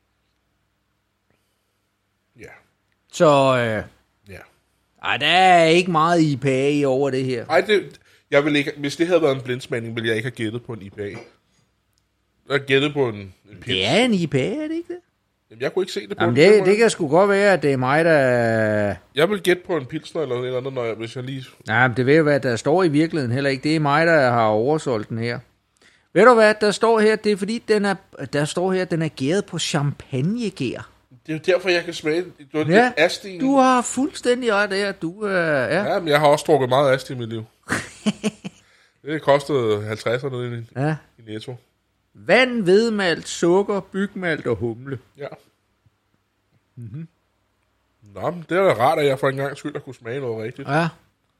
Ja. Så... ja. Ej, der er ikke meget IPA i over det her. Ej, jeg vil ikke, hvis det havde været en blindsmagning, ville jeg ikke have gættet på en IPA. Jeg har gættet på en pils. Det er en IPA, er det ikke det? Jamen, jeg kunne ikke se det på jamen, det kan sgu godt være, at det er mig, der... Jeg vil gætte på en pilsner eller noget andet, hvis jeg lige... Nej, men det ved jo hvad, der står i virkeligheden heller ikke. Det er mig, der har oversolgt den her. Ved du hvad, der står her, det er fordi, der står her, at den er gæret på champagnegær. Det er jo derfor, jeg kan smage. Ja, asti. Du har fuldstændig ret der. Ja, men jeg har også drukket meget asti i mit liv. Det kostede 50'erne i Netto. Vand, hvedemalt, sukker, bygmalt og humle. Ja. Mm-hmm. Nå, men det er da rart, at jeg for en gang skyld at kunne smage noget rigtigt. Ja.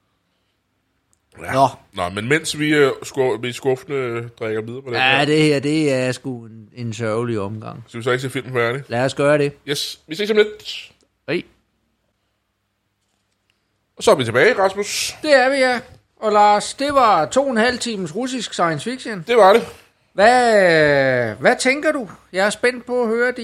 Ja. Nå, men mens vi skuffende drikker videre på det her. Ja, det her, det er sgu en sørgelig omgang. Så vi så ikke se filmen færdig? Lad os gøre det. Yes, vi ses om lidt. Hej. Og så er vi tilbage, Rasmus. Det er vi, ja. Og Lars, det var 2,5 times russisk science fiction. Det var det. Hvad tænker du? Jeg er spændt på at høre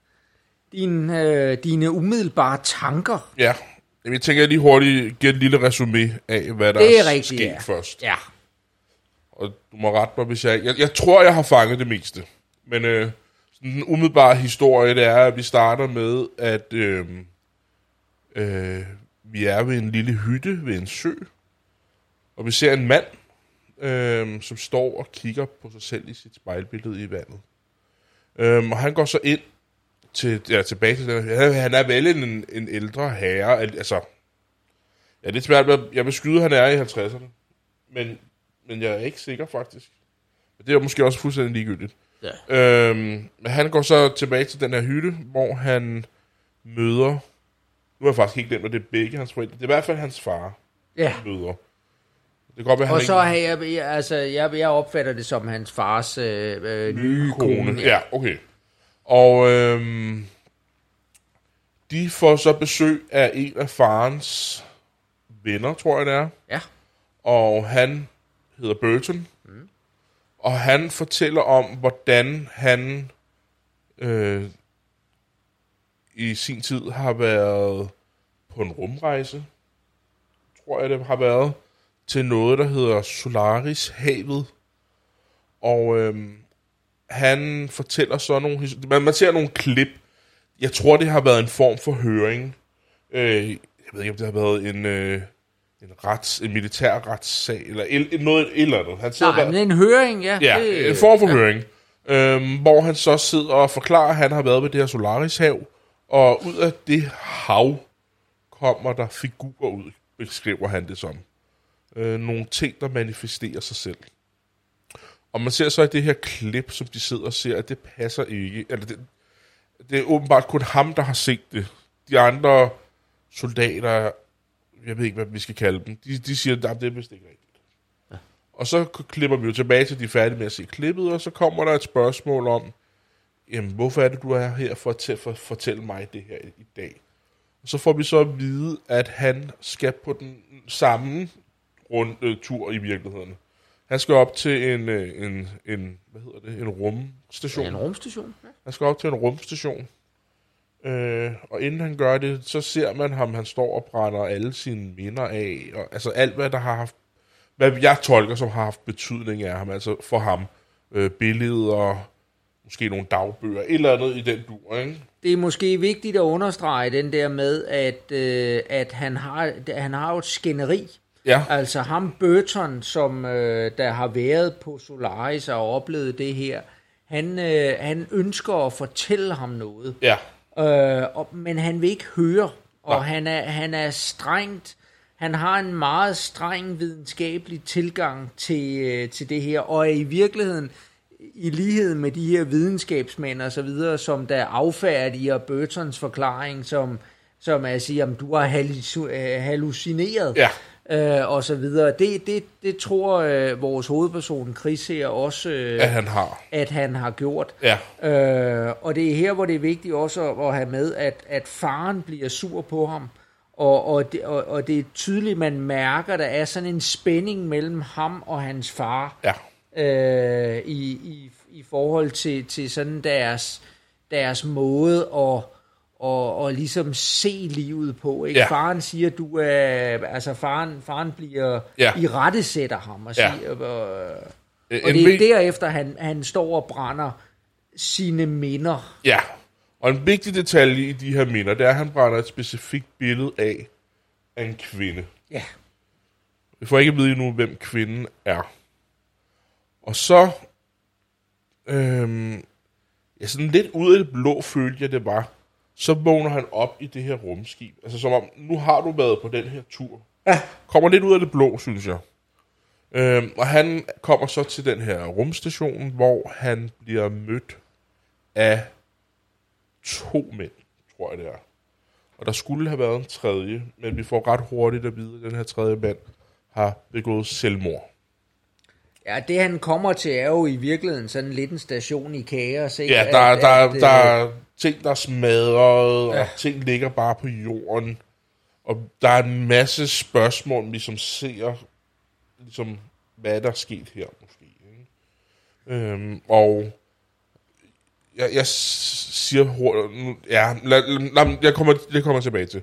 dine umiddelbare tanker. Ja, jeg tænker, jeg lige hurtigt giver et lille resumé af, hvad der er sket først. Ja. Og du må rette mig, hvis jeg tror, jeg har fanget det meste. Men sådan den umiddelbare historie, det er, at vi starter med, at vi er ved en lille hytte ved en sø. Og vi ser en mand, som står og kigger på sig selv i sit spejlbillede i vandet. Og han går så ind tilbage til den. Han er vel en ældre herre. Altså, ja, det er svært. Jeg vil skyde, han er i 50'erne. Men jeg er ikke sikker, faktisk. Det er måske også fuldstændig ligegyldigt. Ja. Men han går så tilbage til den her hytte, hvor han møder... Nu har jeg faktisk ikke glemt, at det er begge hans forældre. Det er i hvert fald hans far, møder. Det kan godt være, og så har jeg opfatter det som hans fars nye kone. Ja, okay. Og de får så besøg af en af farens venner, tror jeg det er. Ja. Og han hedder Burton. Mm. Og han fortæller om, hvordan han i sin tid har været på en rumrejse, tror jeg det har været, til noget, der hedder Solaris-havet. Og han fortæller så nogle... Man ser nogle klip. Jeg tror, det har været en form for høring. Jeg ved ikke, om det har været en militær retssag, eller noget eller andet. Han nej, men en høring, ja. Ja, en form for høring. Hvor han så sidder og forklarer, at han har været ved det her Solaris-hav, og ud af det hav kommer der figurer ud, beskriver han det som. Nogle ting, der manifesterer sig selv. Og man ser så i det her klip, som de sidder og ser, at det passer ikke. Eller det er åbenbart kun ham, der har set det. De andre soldater, jeg ved ikke, hvad vi skal kalde dem, de siger, at det er vist ikke rigtigt. Ja. Og så klipper vi jo tilbage til, de er færdige med at se klippet, og så kommer der et spørgsmål om, jamen, hvorfor er det, du er her for at fortælle mig det her i dag? Og så får vi så at vide, at han skal på den samme tur i virkeligheden. Han skal op til en hvad hedder det, en rumstation. En rumstation, ja. Han skal op til en rumstation. Og inden han gør det, så ser man ham, han står og brænder alle sine minder af. Og, altså alt, hvad der har haft, hvad jeg tolker, som har haft betydning af ham. Altså for ham, billeder, måske nogle dagbøger, et eller andet i den dur, ikke? Det er måske vigtigt at understrege den der med, at han har jo et skænderi. Ja. Altså ham Burton, som der har været på Solaris og oplevet det her, han ønsker at fortælle ham noget. Ja. Men han vil ikke høre, og han er strengt. Han har en meget streng videnskabelig tilgang til det her, og i virkeligheden, i lighed med de her videnskabsmænd og så videre, som der affærdiger Burtons forklaring, som at sige, om du har hallucineret. Ja. Og så videre. Det tror vores hovedperson Chris her også, at han har gjort. Ja. Og det er her, hvor det er vigtigt også at have med, at faren bliver sur på ham. Og det er tydeligt, man mærker, der er sådan en spænding mellem ham og hans far. Ja. I forhold til sådan deres måde og ligesom se livet på, ikke? Ja. Faren siger, du er... Altså, faren bliver... I rettesætter ham, og siger... Og det er derefter, han står og brænder sine minder. Ja, og en vigtig detalje i de her minder, det er, at han brænder et specifikt billede af en kvinde. Ja. Vi får ikke at vide nu, hvem kvinden er. Og så... sådan lidt ud af det blå følte jeg, det var... Så vågner han op i det her rumskib. Altså som om, nu har du været på den her tur. Ja. Kommer lidt ud af det blå, synes jeg. Og han kommer så til den her rumstation, hvor han bliver mødt af 2 mænd, tror jeg det er. Og der skulle have været en tredje, men vi får ret hurtigt at vide, at den her tredje mand har begået selvmord. Ja, det han kommer til er jo i virkeligheden sådan lidt en station i kaos. Ja, der er ting, der er smadret, og ting ligger bare på jorden. Og der er en masse spørgsmål, vi som ser, ligesom, hvad der er sket her måske. Ikke? Og jeg siger hurtigt... Ja, det kommer jeg tilbage til.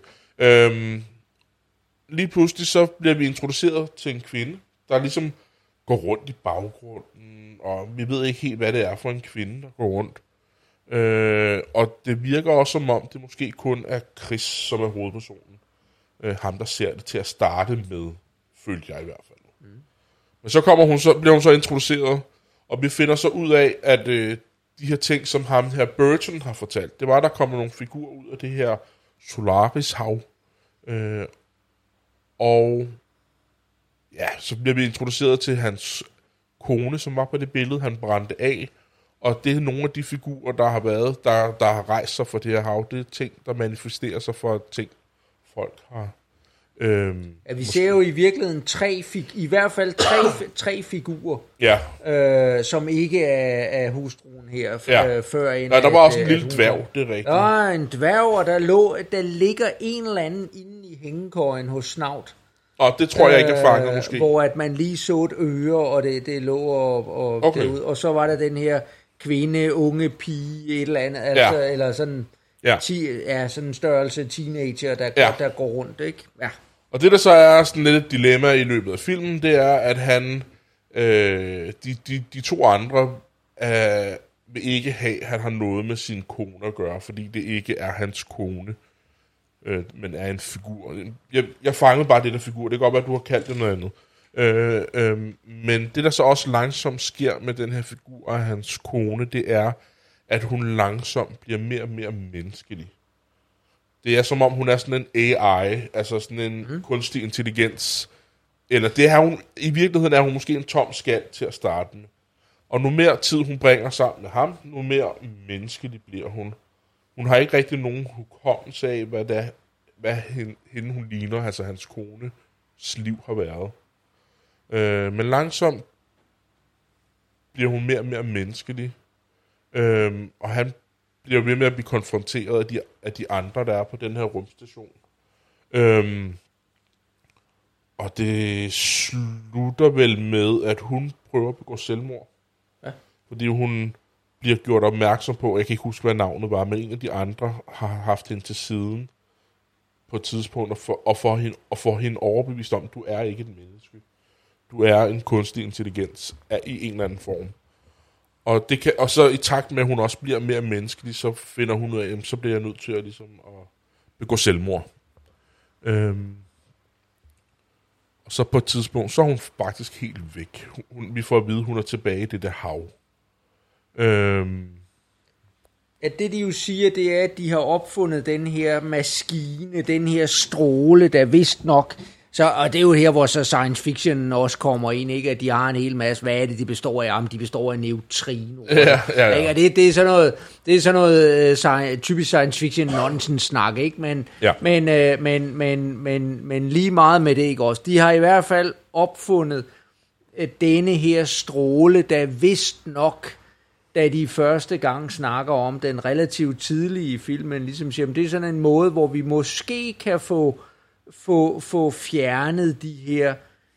Lige pludselig så bliver vi introduceret til en kvinde, der ligesom går rundt i baggrunden, og vi ved ikke helt, hvad det er for en kvinde, der går rundt. Og det virker også som om, det måske kun er Chris, som er hovedpersonen. Ham, der ser det til at starte med, følte jeg i hvert fald. Men så bliver hun så introduceret, og vi finder så ud af, at de her ting, som ham her Burton har fortalt, det var, der kommer nogle figurer ud af det her Solaris-hav. Og ja, så bliver vi introduceret til hans kone, som var på det billede, han brændte af. Og det er nogle af de figurer, der har været, der har rejst sig for det her hav. Det er ting, der manifesterer sig for ting, folk har... Ja, vi ser jo i virkeligheden i hvert fald tre figurer, som ikke er hustruen her, før en... Ja, der var også en lille dværg, det er rigtigt. Ja, en dværg, og der ligger en eller anden inde i hængekøjen hos Snout. Og det tror jeg ikke er fanget, måske. Hvor at man lige så et øre, og det lå og okay. Derud. Og så var der den her kvinde, unge pige, et eller andet, altså, eller sådan... Ja. Sådan en størrelse teenager, der går rundt, ikke? Ja. Og det, der så er sådan lidt et dilemma i løbet af filmen, det er, at han, de to andre, vil ikke have, at han har noget med sin kone at gøre, fordi det ikke er hans kone, men er en figur. Jeg fangede bare det der figur, det kan godt være, at du har kaldt det noget andet. Men det, der så også langsomt sker med den her figur af hans kone, det er, at hun langsomt bliver mere og mere menneskelig. Det er som om, hun er sådan en AI, altså sådan en kunstig intelligens. Eller det er hun, i virkeligheden er hun måske en tom skal til at starte med. Og nu mere tid hun bringer sammen med ham, nu mere menneskelig bliver hun. Hun har ikke rigtig nogen hukommelse af, hvad hende hun ligner, altså hans kones liv har været. Men langsomt bliver hun mere og mere menneskelig. Og han bliver ved med at blive konfronteret af de andre, der er på den her rumstation. Og det slutter vel med, at hun prøver at begå selvmord. Ja. Fordi hun bliver gjort opmærksom på, jeg kan ikke huske, hvad navnet var, men en af de andre har haft hende til siden på et tidspunkt, og får hende overbevist om, at du er ikke et menneske. Du er en kunstig intelligens i en eller anden form. Og så i takt med, at hun også bliver mere menneskelig, så finder hun ud af, så bliver jeg nødt til at, ligesom, at begå selvmord. Og så på et tidspunkt, så er hun faktisk helt væk. Vi får at vide, at hun er tilbage i det der hav. Ja, det de jo siger, det er, at de har opfundet den her maskine, den her stråle, der vist nok... Og det er jo her, hvor så science fiction også kommer ind, ikke? At de har en hel masse, hvad er det, de består af? Jamen, de består af neutrino. Ja. Og det er sådan noget typisk science fiction nonsense snak, ikke? Men lige meget med det, ikke også? De har i hvert fald opfundet denne her stråle, der vist nok, da de første gang snakker om den relativt tidlige i filmen, ligesom siger, det er sådan en måde, hvor vi måske kan få fjernet de her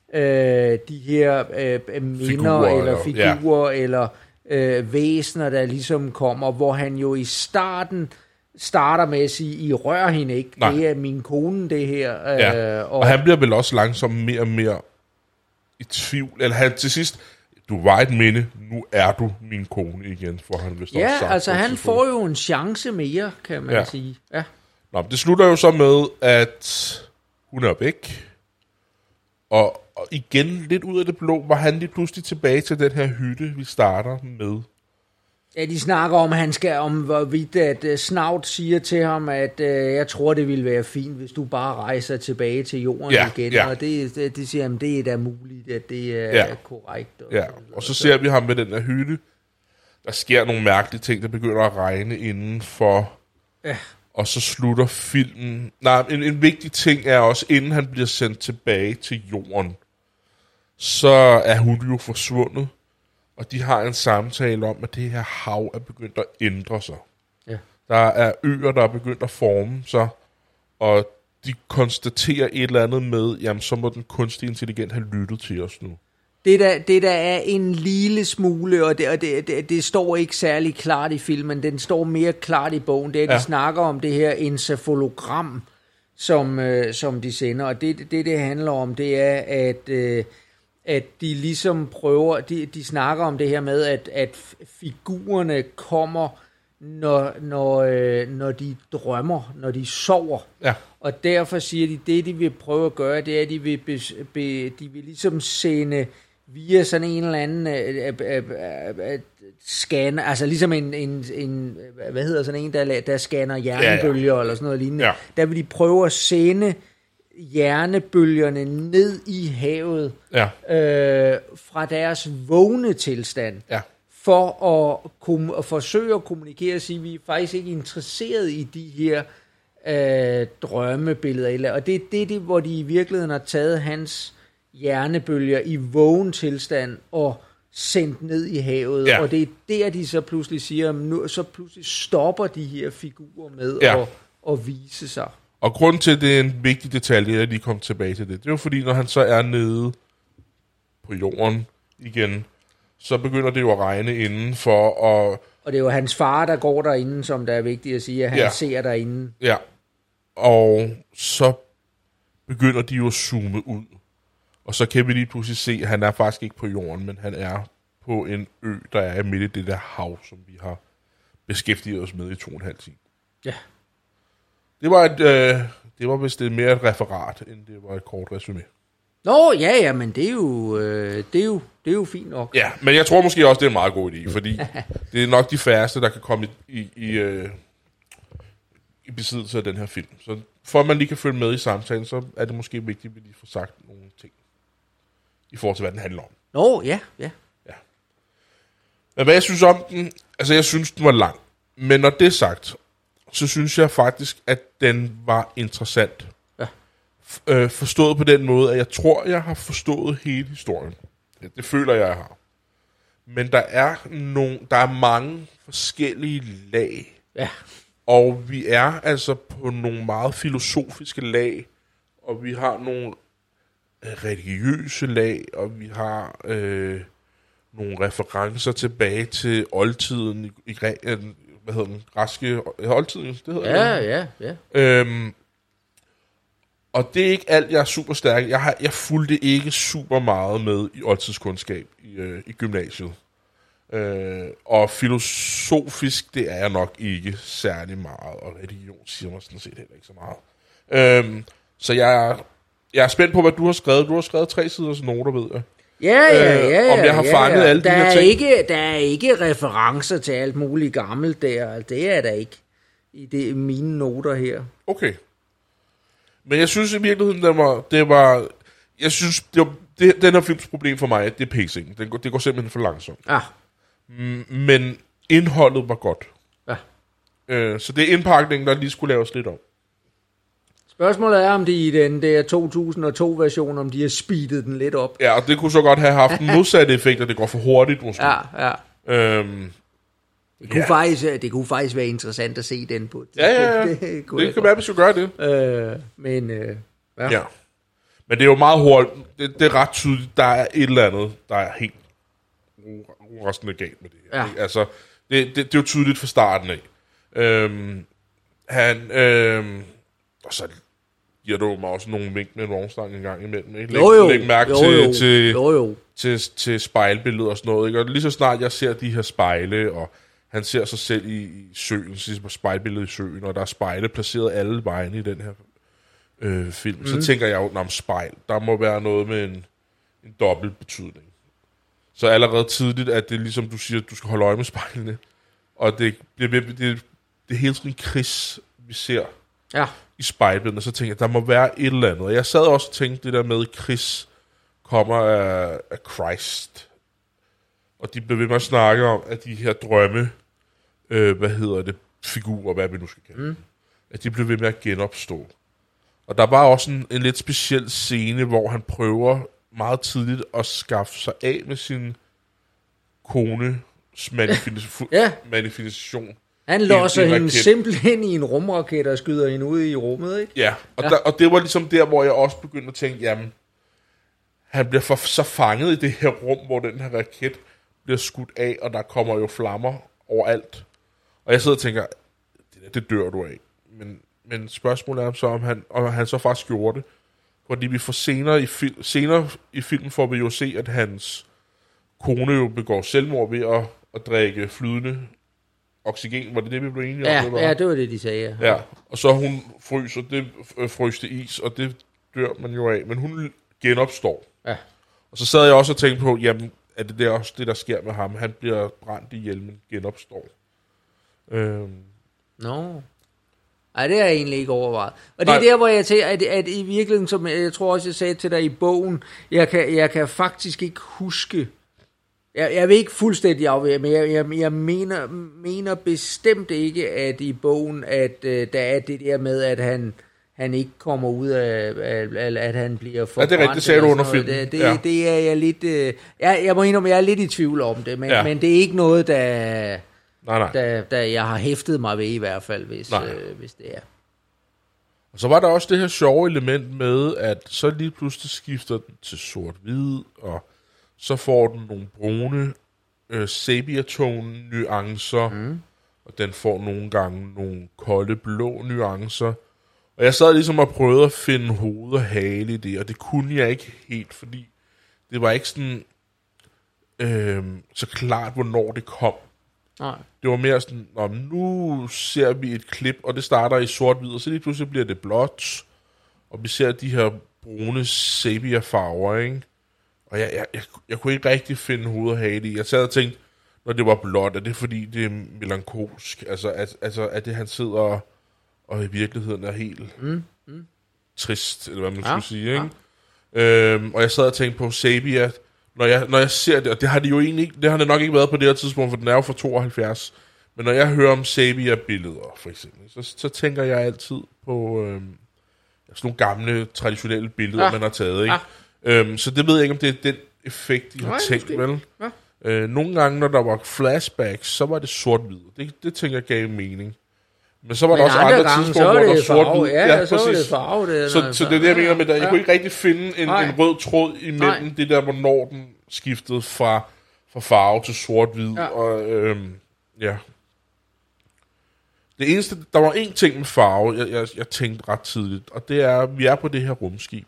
minder figurer, eller figurer eller væsener, der ligesom kommer, hvor han jo i starter med at sige, I rører hende ikke, nej. Det er min kone det her. Og han bliver vel også langsomt mere og mere i tvivl, eller han til sidst, du var et minde, nu er du min kone igen, for han vist også sagt. Altså han får jo en chance mere, kan man sige. Ja. Nå, det slutter jo så med, at hun er væk, og igen lidt ud af det blå, var han lige pludselig tilbage til den her hytte, vi starter med. Ja, de snakker om, hvorvidt at Snout siger til ham, at jeg tror, det ville være fint, hvis du bare rejser tilbage til jorden igen. Ja. Og det siger han, det er da muligt, at det er korrekt. Og så ser vi ham med den her hytte. Der sker nogle mærkelige ting, der begynder at regne indenfor. Ja. Og så slutter filmen... Nej, en vigtig ting er også, inden han bliver sendt tilbage til jorden, så er hun jo forsvundet. Og de har en samtale om, at det her hav er begyndt at ændre sig. Ja. Der er øer, der er begyndt at forme sig, og de konstaterer et eller andet med, jamen så må den kunstige intelligens have lyttet til os nu. Det der er en lille smule, og det står ikke særlig klart i filmen, den står mere klart i bogen, det er, at de snakker om det her encefalogram, som de sender, og det handler om, det er, at de ligesom prøver, de snakker om det her med, at figurerne kommer, når de drømmer, når de sover. Ja. Og derfor siger de, det de vil prøve at gøre, det er, at de vil ligesom sende via sådan en eller anden scanner, altså ligesom en hvad hedder sådan en, der scanner hjernebølger eller sådan noget lignende. Ja. Der vil de prøve at sende hjernebølgerne ned i havet fra deres vågne tilstand. Ja. For at forsøge at kommunikere og sige, at vi er faktisk ikke interesseret i de her drømmebilleder. Og det er det, hvor de i virkeligheden har taget hans hjernebølger i vågen tilstand og sendt ned i havet. Ja. Og det er der, de så pludselig siger, nu, så pludselig stopper de her figurer med at vise sig. Og grunden til, at det er en vigtig detalje, at de kom tilbage til det, det er jo fordi, når han så er nede på jorden igen, så begynder det jo at regne inden for at... Og det er jo hans far, der går derinde, som der er vigtigt at sige, at han ser derinde. Ja, og så begynder de jo at zoome ud. Og så kan vi lige pludselig se, at han er faktisk ikke på jorden, men han er på en ø, der er midt i det der hav, som vi har beskæftiget os med i 2,5 timer. Ja. Det var vist mere et referat, end det var et kort resumé. Nå, ja, men det er jo fint nok. Ja, men jeg tror måske også, det er en meget god idé, fordi det er nok de færreste, der kan komme i besiddelse af den her film. Så for at man lige kan følge med i samtalen, så er det måske vigtigt, at vi lige får sagt nogle ting i forhold til, hvad den handler om. Nå, ja. Men hvad jeg synes om den, altså jeg synes, den var lang. Men når det er sagt, så synes jeg faktisk, at den var interessant. Forstået på den måde, at jeg tror, jeg har forstået hele historien. Det føler jeg har. Men der er mange forskellige lag. Ja. Og vi er altså på nogle meget filosofiske lag, og vi har nogle religiøse lag, og vi har nogle referencer tilbage til oldtiden i hvad hedder den? Græske oldtiden, det hedder det. Ja. Og det er ikke alt, jeg er super stærk. Jeg fulgte ikke super meget med i oldtidskundskab i gymnasiet. Og filosofisk, det er jeg nok ikke særlig meget. Og religion siger mig sådan set heller ikke så meget. Så jeg er spændt på, hvad du har skrevet. Du har skrevet 3 siders noter, ved jeg. Ja. Om jeg har fanget alle de her ting. Der er ikke referencer til alt muligt gammelt der. Det er der ikke i mine noter her. Okay. Men jeg synes i virkeligheden, den her films problem for mig, det er pacing. Det går simpelthen for langsomt. Ja. Men indholdet var godt. Ja. Så det er indpakningen, der lige skulle laves lidt om. Spørgsmålet er, om de i den der 2002-version, om de har speedet den lidt op. Ja, og det kunne så godt have haft en modsatte effekt, at det går for hurtigt måske. Ja. Det kunne faktisk være interessant at se den på. Ja. Det kan være, hvis du gør det. Ja. Men det er jo meget hurtigt. Det er ret tydeligt, der er et eller andet, der er helt rustende galt med det her. Ja. Altså, det er jo tydeligt fra starten af. Og så giver du mig også nogle vink med en vognstang en gang imellem. Ikke? Læg mærke til spejlbilledet og sådan noget. Ikke? Og lige så snart jeg ser de her spejle, og han ser sig selv i søen, spejlbilledet i søen, og der er spejle placeret alle vegne i den her film, så tænker jeg jo, om spejl, der må være noget med en dobbelt betydning. Så allerede tidligt, at det ligesom du siger, at du skal holde øje med spejlene, og det er hele tiden Chris, vi ser i spejlbilledet, og så tænker jeg, der må være et eller andet. Og jeg sad også og tænkte det der med, at Chris kommer af Christ, og de blev ved med at snakke om, at de her drømme, figurer, hvad vi nu skal kalde at de blev ved med at genopstå. Og der var også en lidt speciel scene, hvor han prøver meget tidligt at skaffe sig af med sin kones manifestation. Han låser hende simpelthen i en rumraket og skyder hende ud i rummet, ikke? Ja, og det var ligesom der, hvor jeg også begyndte at tænke, jamen, han bliver så fanget i det her rum, hvor den her raket bliver skudt af, og der kommer jo flammer overalt. Og jeg sidder og tænker, det dør du af. Men spørgsmålet er så, om han så faktisk gjorde det. Fordi vi får senere i filmen får vi jo se, at hans kone jo begår selvmord ved at drikke flydende oxygen. Var det vi blev enige om? Ja, det var det, de sagde. Ja, og så hun fryser, det fryste is, og det dør man jo af. Men hun genopstår. Ja. Og så sad jeg også og tænkte på, jamen, er det der også det, der sker med ham? Han bliver brændt ihjel, men genopstår. No. Nej, det har jeg egentlig ikke overvejet. Og det er der, hvor jeg tænker, at i virkeligheden, som jeg tror også, jeg sagde til dig i bogen, jeg kan faktisk ikke huske, jeg vil ikke fuldstændig afvære, men jeg mener bestemt ikke, at i bogen, at der er det der med, at han ikke kommer ud af, at han bliver forbrændt. Ja, det er rigtigt, det sagde du under filmen. Det er jeg lidt, jeg må indrømme, jeg er lidt i tvivl om det, men det er ikke noget, der... Nej. Da jeg har hæftet mig ved i hvert fald, hvis det er. Og så var der også det her sjove element med, at så lige pludselig skifter den til sort-hvid, og så får den nogle brune sepia-tone nuancer, og den får nogle gange nogle kolde blå nuancer. Og jeg sad ligesom og prøvede at finde hoved og hale i det, og det kunne jeg ikke helt, fordi det var ikke sådan så klart, hvornår det kom. Nej. Det var mere sådan, nu ser vi et klip, og det starter i sort-hvid, og så lige pludselig bliver det blåt, og vi ser de her brune sepia-farver, ikke? Og jeg kunne ikke rigtig finde hoved og hale i. Jeg sad og tænkte, når det var blåt, er det fordi, det er melankolsk? Altså at det han sidder og i virkeligheden er helt trist, eller hvad man skulle sige, ikke? Og jeg sad og tænkte på sepia. Når jeg ser det, og det har det jo egentlig ikke, det har det nok ikke været på det her tidspunkt, for den er jo fra 72, men når jeg hører om sepia-billeder, for eksempel, så tænker jeg altid på sådan nogle gamle, traditionelle billeder, man har taget, ikke? Så det ved jeg ikke, om det er den effekt, de har tænkt, vel? Ja. Nogle gange, når der var flashbacks, så var det sort-hvid. Det tænker jeg gav mening. Men så var der også andre tidspunkter, hvor der var sort-hvid. Ja, så var det farve. Så det er det, jeg mener med det. Jeg kunne ikke rigtig finde en rød tråd imellem det der, hvornår den skiftede fra farve til sort-hvid. Ja. Og det eneste, der var en ting med farve, jeg tænkte ret tidligt, og det er, at vi er på det her rumskib.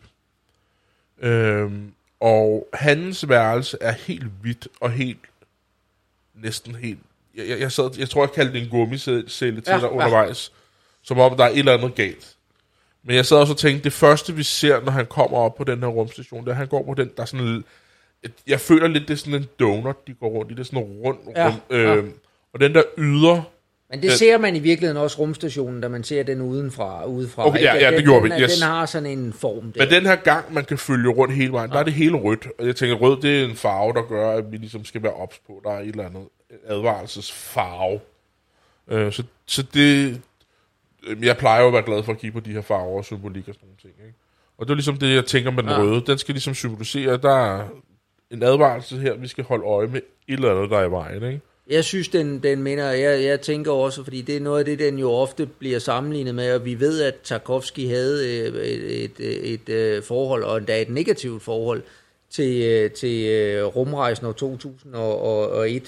Og hans værelse er helt hvidt og næsten helt... Jeg tror, jeg kaldte det en gummicelle til dig undervejs, som om der er et eller andet galt. Men jeg sad også og tænkte, det første vi ser, når han kommer op på den her rumstation, det er, at han går på den, der er sådan... Jeg føler lidt, det er sådan en donut, de går rundt i. Det er sådan en rund rum. Og den der yder... Men det ser man i virkeligheden også rumstationen, da man ser den udefra. Okay, ja, det gjorde vi. Yes. Den har sådan en form der. Men den her gang, man kan følge rundt hele vejen, der er det hele rødt. Og jeg tænker, rød, det er en farve, der gør, at vi ligesom skal være ops på. Der er et eller andet advarselsfarve. Så det... Jeg plejer jo at være glad for at kigge på de her farver og symbolik og sådan nogle ting, ikke? Og det er ligesom det, jeg tænker med den røde. Den skal ligesom symbolisere, at der er en advarsel her, vi skal holde øje med et eller andet, der er i vejen, ikke? Jeg synes, den minder, jeg tænker også, fordi det er noget af det, den jo ofte bliver sammenlignet med, og vi ved, at Tarkovsky havde et forhold, og endda et negativt forhold, til rumrejsen år 2001,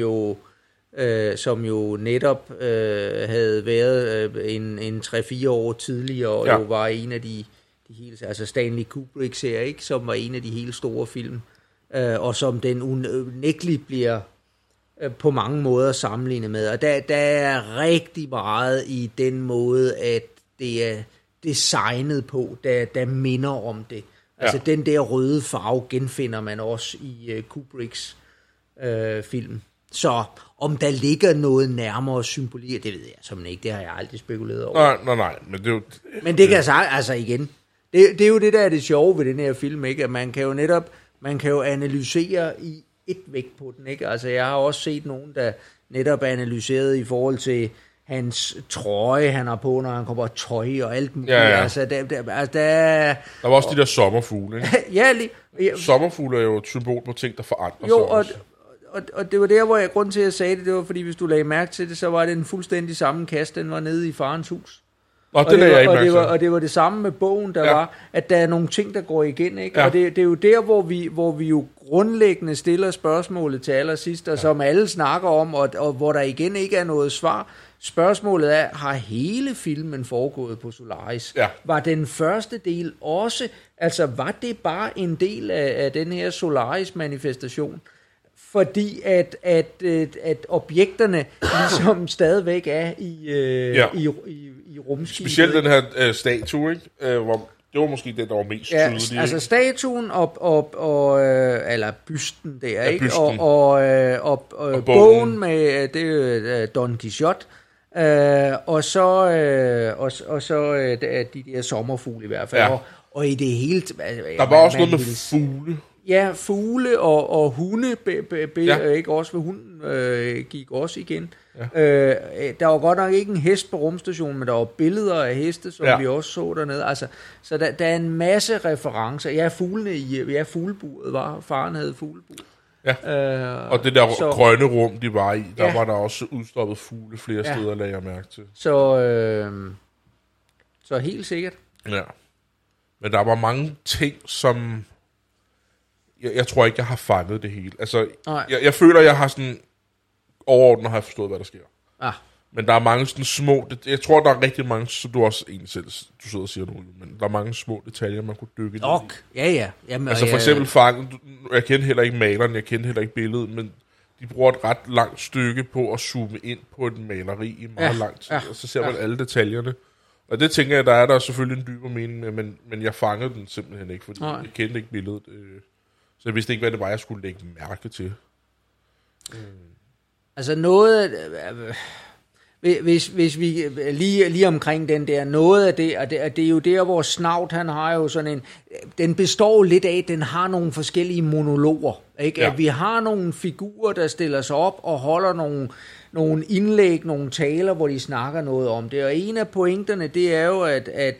som jo netop havde været en 3-4 år tidligere, og jo var en af de helt, altså Stanley Kubrick-serie, ikke, som var en af de helt store film, og som den unægteligt bliver på mange måder sammenlignet med. Og der er rigtig meget i den måde, at det er designet på, der minder om det. Altså den der røde farve genfinder man også i Kubricks film. Så om der ligger noget nærmere symbolik, det ved jeg som ikke, det har jeg aldrig spekuleret over. Nej, men det er jo... Men det kan sige, altså igen, det er jo det, der er det sjove ved den her film, ikke? At man kan jo analysere i et vægt på den, ikke? Altså jeg har også set nogen, der netop analyseret i forhold til hans trøje, han har på, når han kommer tøj og alt muligt. Ja. Altså, der var også de der sommerfugle, ikke? Sommerfugle er jo et symbol på ting, der forandrer sig. Og det var der, hvor grund til, at jeg sagde det, det var, fordi hvis du lagde mærke til det, så var det en fuldstændig samme kasse, den var nede i farens hus. Og det var det samme med bogen, der var, at der er nogle ting, der går igen, ikke? Ja. Og det er jo der, hvor vi jo grundlæggende stiller spørgsmålet til allersidst, og som alle snakker om, og hvor der igen ikke er noget svar. Spørgsmålet er, har hele filmen foregået på Solaris? Ja. Var den første del også, altså var det bare en del af den her Solaris-manifestation? Fordi at objekterne ligesom stadigvæk er i rumskibet. Specielt den her statue, ikke? Hvor det var måske det, der var mest tydeligt. Altså statuen eller bysten der, ikke? Bysten. Og bogen med det Don Quixote. Og så de der sommerfugle i hvert fald. Ja. Og i det hele... Der var også noget med fugle. Ja, fugle og hunde, ikke også, ved hunden gik også igen. Ja. Der var godt nok ikke en hest på rumstationen, men der var billeder af heste, som vi også så dernede. Altså, så der er en masse referencer. Ja, fuglene fugleburet var, faren havde fugleburet. Ja, og det der grønne rum, de var i, der var der også udstoppet fugle flere steder, lagde jeg mærke til. Så helt sikkert. Ja, men der var mange ting, som... Jeg tror ikke, jeg har fanget det hele. Altså, jeg føler, jeg har sådan... Overordnet har jeg forstået, hvad der sker. Ah. Men der er mange sådan små... Jeg tror, der er rigtig mange... Så du også en selv, du sidder og siger nu, men der er mange små detaljer, man kunne dykke ned i. Ja. Jamen, altså for eksempel fanget... Jeg kendte heller ikke maleren, jeg kendte heller ikke billedet, men de bruger et ret langt stykke på at zoome ind på et maleri i meget lang tid, og så ser man alle detaljerne. Og det tænker jeg, der er der selvfølgelig en dybere mening med, men jeg fangede den simpelthen ikke, fordi jeg kendte ikke billedet. Så jeg vidste ikke, hvad det var, jeg skulle lægge mærke til. Altså noget... Hvis vi lige omkring den der, noget af det, og det er jo der, hvor Snout, han har jo sådan en... Den består lidt af, at den har nogle forskellige monologer. Ikke? Ja. At vi har nogle figurer, der stiller sig op og holder nogle indlæg, nogle taler, hvor de snakker noget om det. Og en af pointerne, det er jo,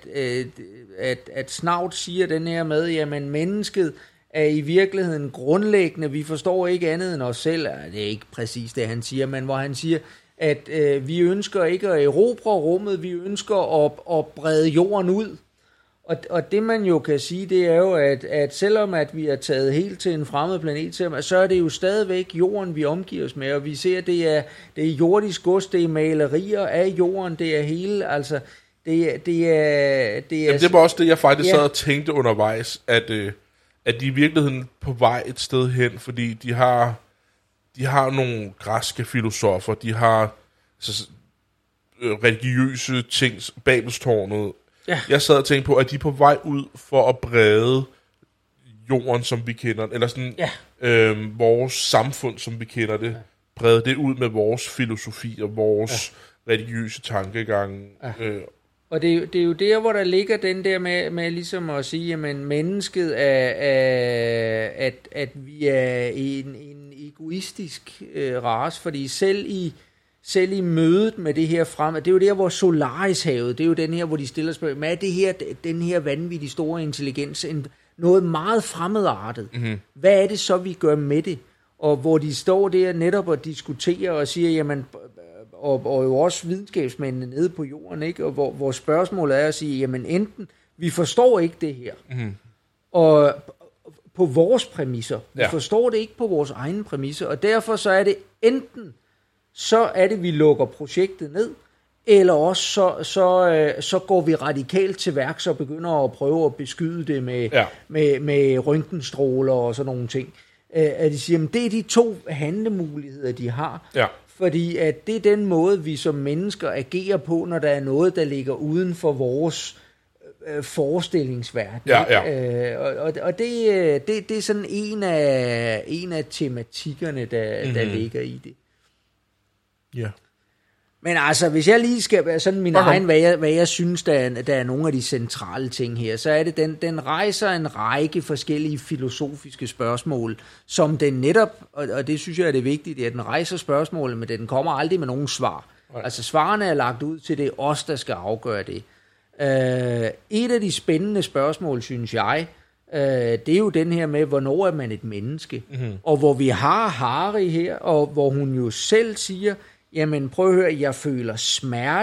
at Snout siger den her med, jamen mennesket er i virkeligheden grundlæggende, vi forstår ikke andet end os selv. Det er ikke præcis det, han siger, men hvor han siger, at vi ønsker ikke at erobre rummet, vi ønsker at brede jorden ud. Og det man jo kan sige, det er jo, at selvom at vi er taget helt til en fremmed planet, så er det jo stadigvæk jorden, vi omgiver os med, og vi ser, det er jordisk gods, det er malerier af jorden, det er hele, altså, det er... Jamen, det var også det, jeg faktisk sad og tænkte undervejs, at de i virkeligheden på vej et sted hen, fordi de har nogle græske filosofer, de har religiøse ting, Babelstårnet. Ja. Jeg sad og tænkte på, at de er på vej ud for at brede jorden, som vi kender, eller sådan vores samfund, som vi kender det, brede det ud med vores filosofi og vores religiøse tankegange. Ja. Og det er jo der, hvor der ligger den der med ligesom at sige, at mennesket at vi er en egoistisk race, fordi selv i mødet med det her frem, det er jo der, hvor Solaris-havet, det er jo den her, hvor de stiller spørgsmål, med det her, den her vanvittige store intelligens, noget meget fremmedartet. Mm-hmm. Hvad er det så, vi gør med det? Og hvor de står der netop og diskuterer og siger, jamen, og jo også videnskabsmændene nede på jorden, ikke? Og hvor spørgsmålet er at sige, jamen enten, vi forstår ikke det her, og på vores præmisser, vi forstår det ikke på vores egne præmisser, og derfor så er det enten, så er det, vi lukker projektet ned, eller også så går vi radikalt til værks og begynder at prøve at beskyde det med røntgenstråler og sådan nogle ting. At de siger, at det er de to handlemuligheder, de har. Ja. Fordi at det er den måde, vi som mennesker agerer på, når der er noget, der ligger uden for vores forestillingsverden. Ja. Og det er sådan en af tematikkerne, der ligger i det. Ja. Men altså, hvis jeg lige skal være sådan min egen, hvad jeg synes, der er nogle af de centrale ting her, så er det, den rejser en række forskellige filosofiske spørgsmål, som den netop, og det synes jeg er det vigtige, at den rejser spørgsmål, men den kommer aldrig med nogen svar. Nej. Altså, svarene er lagt ud til, det er os, der skal afgøre det. Et af de spændende spørgsmål, synes jeg, det er jo den her med, hvornår er man et menneske? Mm-hmm. Og hvor vi har Harry her, og hvor hun jo selv siger, jamen prøv at høre, jeg føler smerte,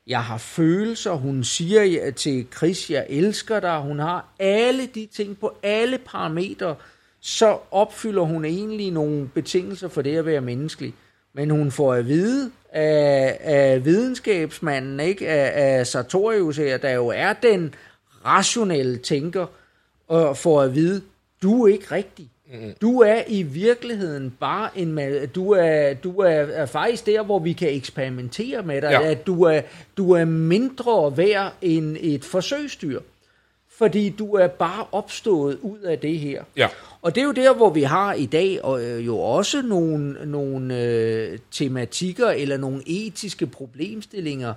jeg har følelser, hun siger til Chris, jeg elsker dig, hun har alle de ting på alle parametre, så opfylder hun egentlig nogle betingelser for det at være menneskelig. Men hun får at vide af videnskabsmanden, ikke? Af Sartorius her, der jo er den rationelle tænker, og får at vide, du er ikke rigtig. Du er i virkeligheden bare du er faktisk der, hvor vi kan eksperimentere med dig, at du er mindre værd end et forsøgsdyr, fordi du er bare opstået ud af det her. Ja. Og det er jo der, hvor vi har i dag jo også nogle tematikker eller nogle etiske problemstillinger,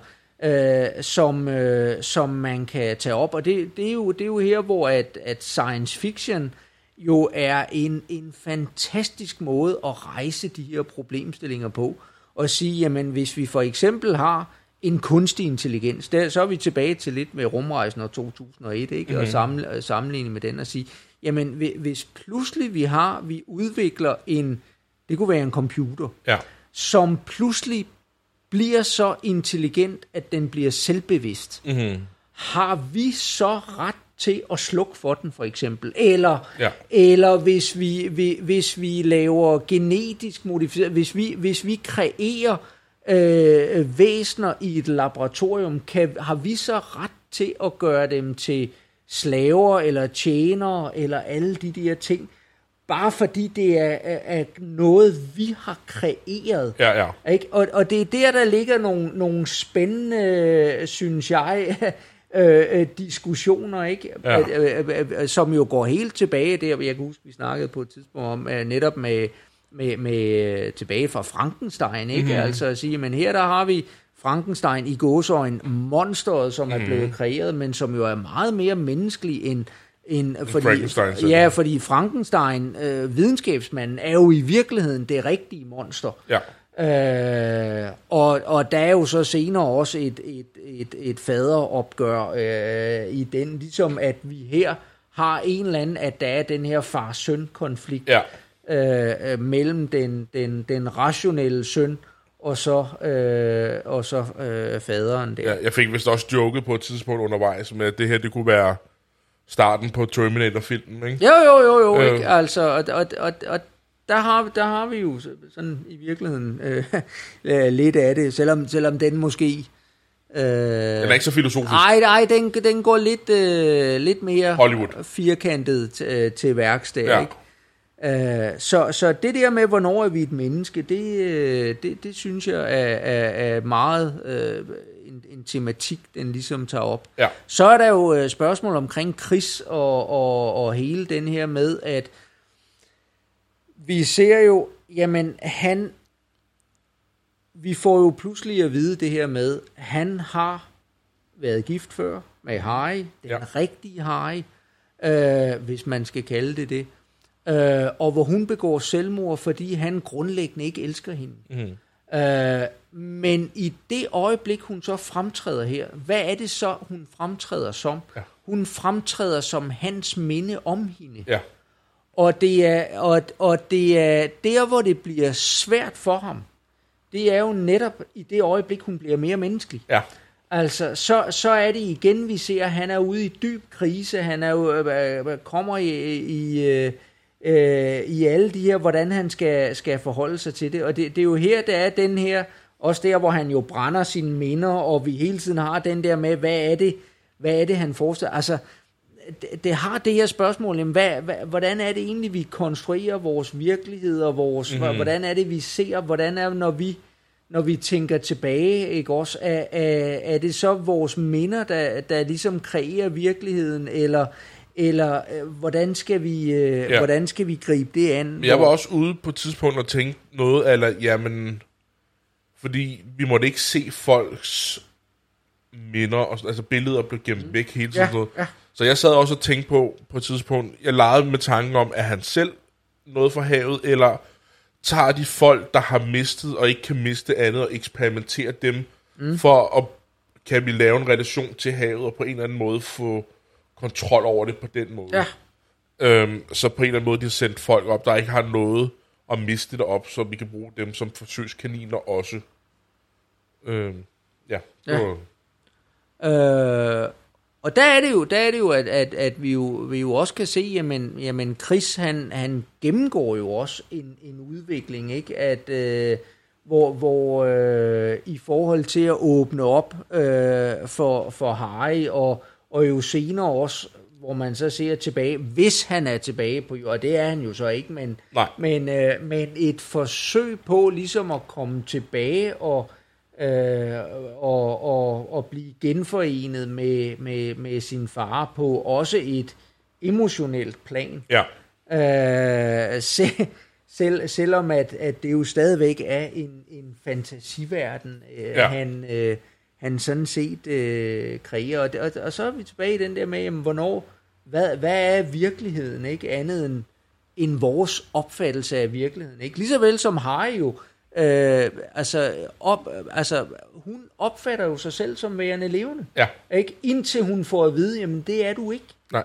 som man kan tage op. Og det er jo her, hvor at science fiction jo er en fantastisk måde at rejse de her problemstillinger på, og sige, jamen hvis vi for eksempel har en kunstig intelligens, så er vi tilbage til lidt med rumrejsen og 2001, ikke? Og sammenligne med den og sige, jamen hvis pludselig vi udvikler det kunne være en computer, som pludselig bliver så intelligent, at den bliver selvbevidst, har vi så ret til at slukke for den, for eksempel? Eller hvis vi laver genetisk modificeret, hvis vi kreerer væsener i et laboratorium, har vi så ret til at gøre dem til slaver eller tjenere eller alle de der ting, bare fordi det er noget, vi har kreeret. Ikke? Og det er der ligger nogle spændende, synes jeg, diskussioner, ikke? Som jo går helt tilbage der. Jeg kan huske, vi snakkede på et tidspunkt om netop med tilbage fra Frankenstein, ikke? Altså at sige, men her der har vi Frankenstein i gåseøjne, monsteret, som er blevet kreeret, men som jo er meget mere menneskelig end fordi Frankenstein, videnskabsmanden, er jo i virkeligheden det rigtige monster. Ja. Og der er jo så senere også et faderopgør i den, ligesom at vi her har en eller anden, at der er den her far-søn-konflikt mellem den rationelle søn og så faderen der. Ja, jeg fik vist også joket på et tidspunkt undervejs med, at det her, det kunne være starten på Terminator-filmen, ikke? Jo, ikke? Altså, og der har vi jo sådan i virkeligheden lidt af det, selvom den måske... den er ikke så filosofisk. Nej, den går lidt mere Hollywood firkantet til værks der, ikke? Så det der med, hvornår er vi et menneske, det synes jeg er meget en tematik, den ligesom tager op. Ja. Så er der jo spørgsmål omkring Chris og hele den her med, at vi ser jo, jamen vi får jo pludselig at vide det her med, han har været gift før med Harry, den rigtige Harry, hvis man skal kalde det. Og hvor hun begår selvmord, fordi han grundlæggende ikke elsker hende. Men i det øjeblik, hun så fremtræder her, hvad er det så, hun fremtræder som? Ja. Hun fremtræder som hans minde om hende. Ja. Og det er der, hvor det bliver svært for ham. Det er jo netop i det øjeblik, hun bliver mere menneskelig. Ja. Altså, så er det igen, vi ser, at han er ude i dyb krise. Han er jo kommer i alle de her, hvordan han skal forholde sig til det. Og det er jo her, der er den her, også der, hvor han jo brænder sine minder, og vi hele tiden har den der med, hvad er det han forestiller? Altså, det har det her spørgsmål, hvordan er det egentlig, vi konstruerer vores virkelighed, og hvordan er det, vi ser, hvordan er det, når vi tænker tilbage, ikke også? Er det så vores minder, der ligesom kreerer virkeligheden, eller hvordan skal vi gribe det an? Jeg var også ude på et tidspunkt og tænke noget, eller jamen, fordi vi måtte ikke se folks minder, altså billeder blev gemt væk hele tiden. Ja. Så jeg sad også og tænkte på et tidspunkt, jeg legede med tanken om, at han selv noget fra havet, eller tager de folk, der har mistet og ikke kan miste andet, og eksperimenterer dem, for at kan vi lave en relation til havet, og på en eller anden måde få kontrol over det på den måde. Ja. Så på en eller anden måde, de har sendt folk op, der ikke har noget at miste det op, så vi kan bruge dem som forsøgskaniner også. Og der er det jo, at vi jo også kan se, jamen Chris, han gennemgår jo også en udvikling, ikke? At hvor i forhold til at åbne op for Harry, og jo senere også, hvor man så ser tilbage, hvis han er tilbage på jorden, og det er han jo så ikke, men et forsøg på ligesom at komme tilbage og blive genforenet med sin far på også et emotionelt plan. Ja. Selvom at det jo stadigvæk er en fantasiverden, han sådan set kreerer. Og så er vi tilbage i den der med, jamen, hvad er virkeligheden, ikke? Andet end vores opfattelse af virkeligheden, ikke? Lige så vel som Harry jo, hun opfatter jo sig selv som værende levende. Ja. Ikke? Indtil hun får at vide, jamen det er du ikke. Nej.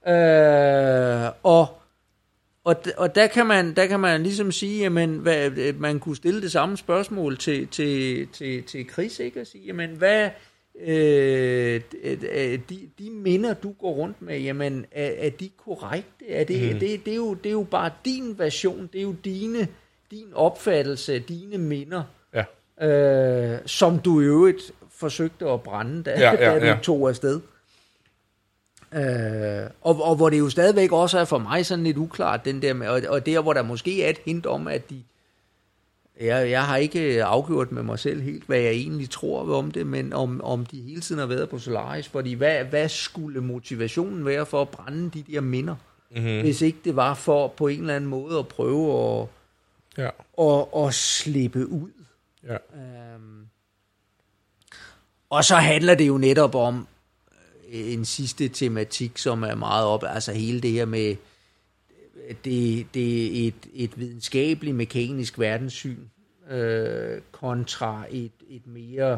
Og der kan man ligesom sige, jamen man kunne stille det samme spørgsmål til Chris, ikke? Og sige, jamen hvad de minder du går rundt med, jamen er de korrekte? Det er jo bare din version, det er jo din opfattelse, dine minder, som du i øvrigt forsøgte at brænde, da du tog afsted. Og hvor det jo stadigvæk også er for mig sådan lidt uklart, den der med, og der hvor der måske er et hint om, at jeg har ikke afgjort med mig selv helt, hvad jeg egentlig tror om det, men om de hele tiden har været på Solaris, fordi hvad skulle motivationen være for at brænde de der minder, hvis ikke det var for på en eller anden måde at prøve at slippe ud. Ja. Og så handler det jo netop om en sidste tematik, som er meget op, altså hele det her med det er et videnskabeligt mekanisk verdenssyn kontra et mere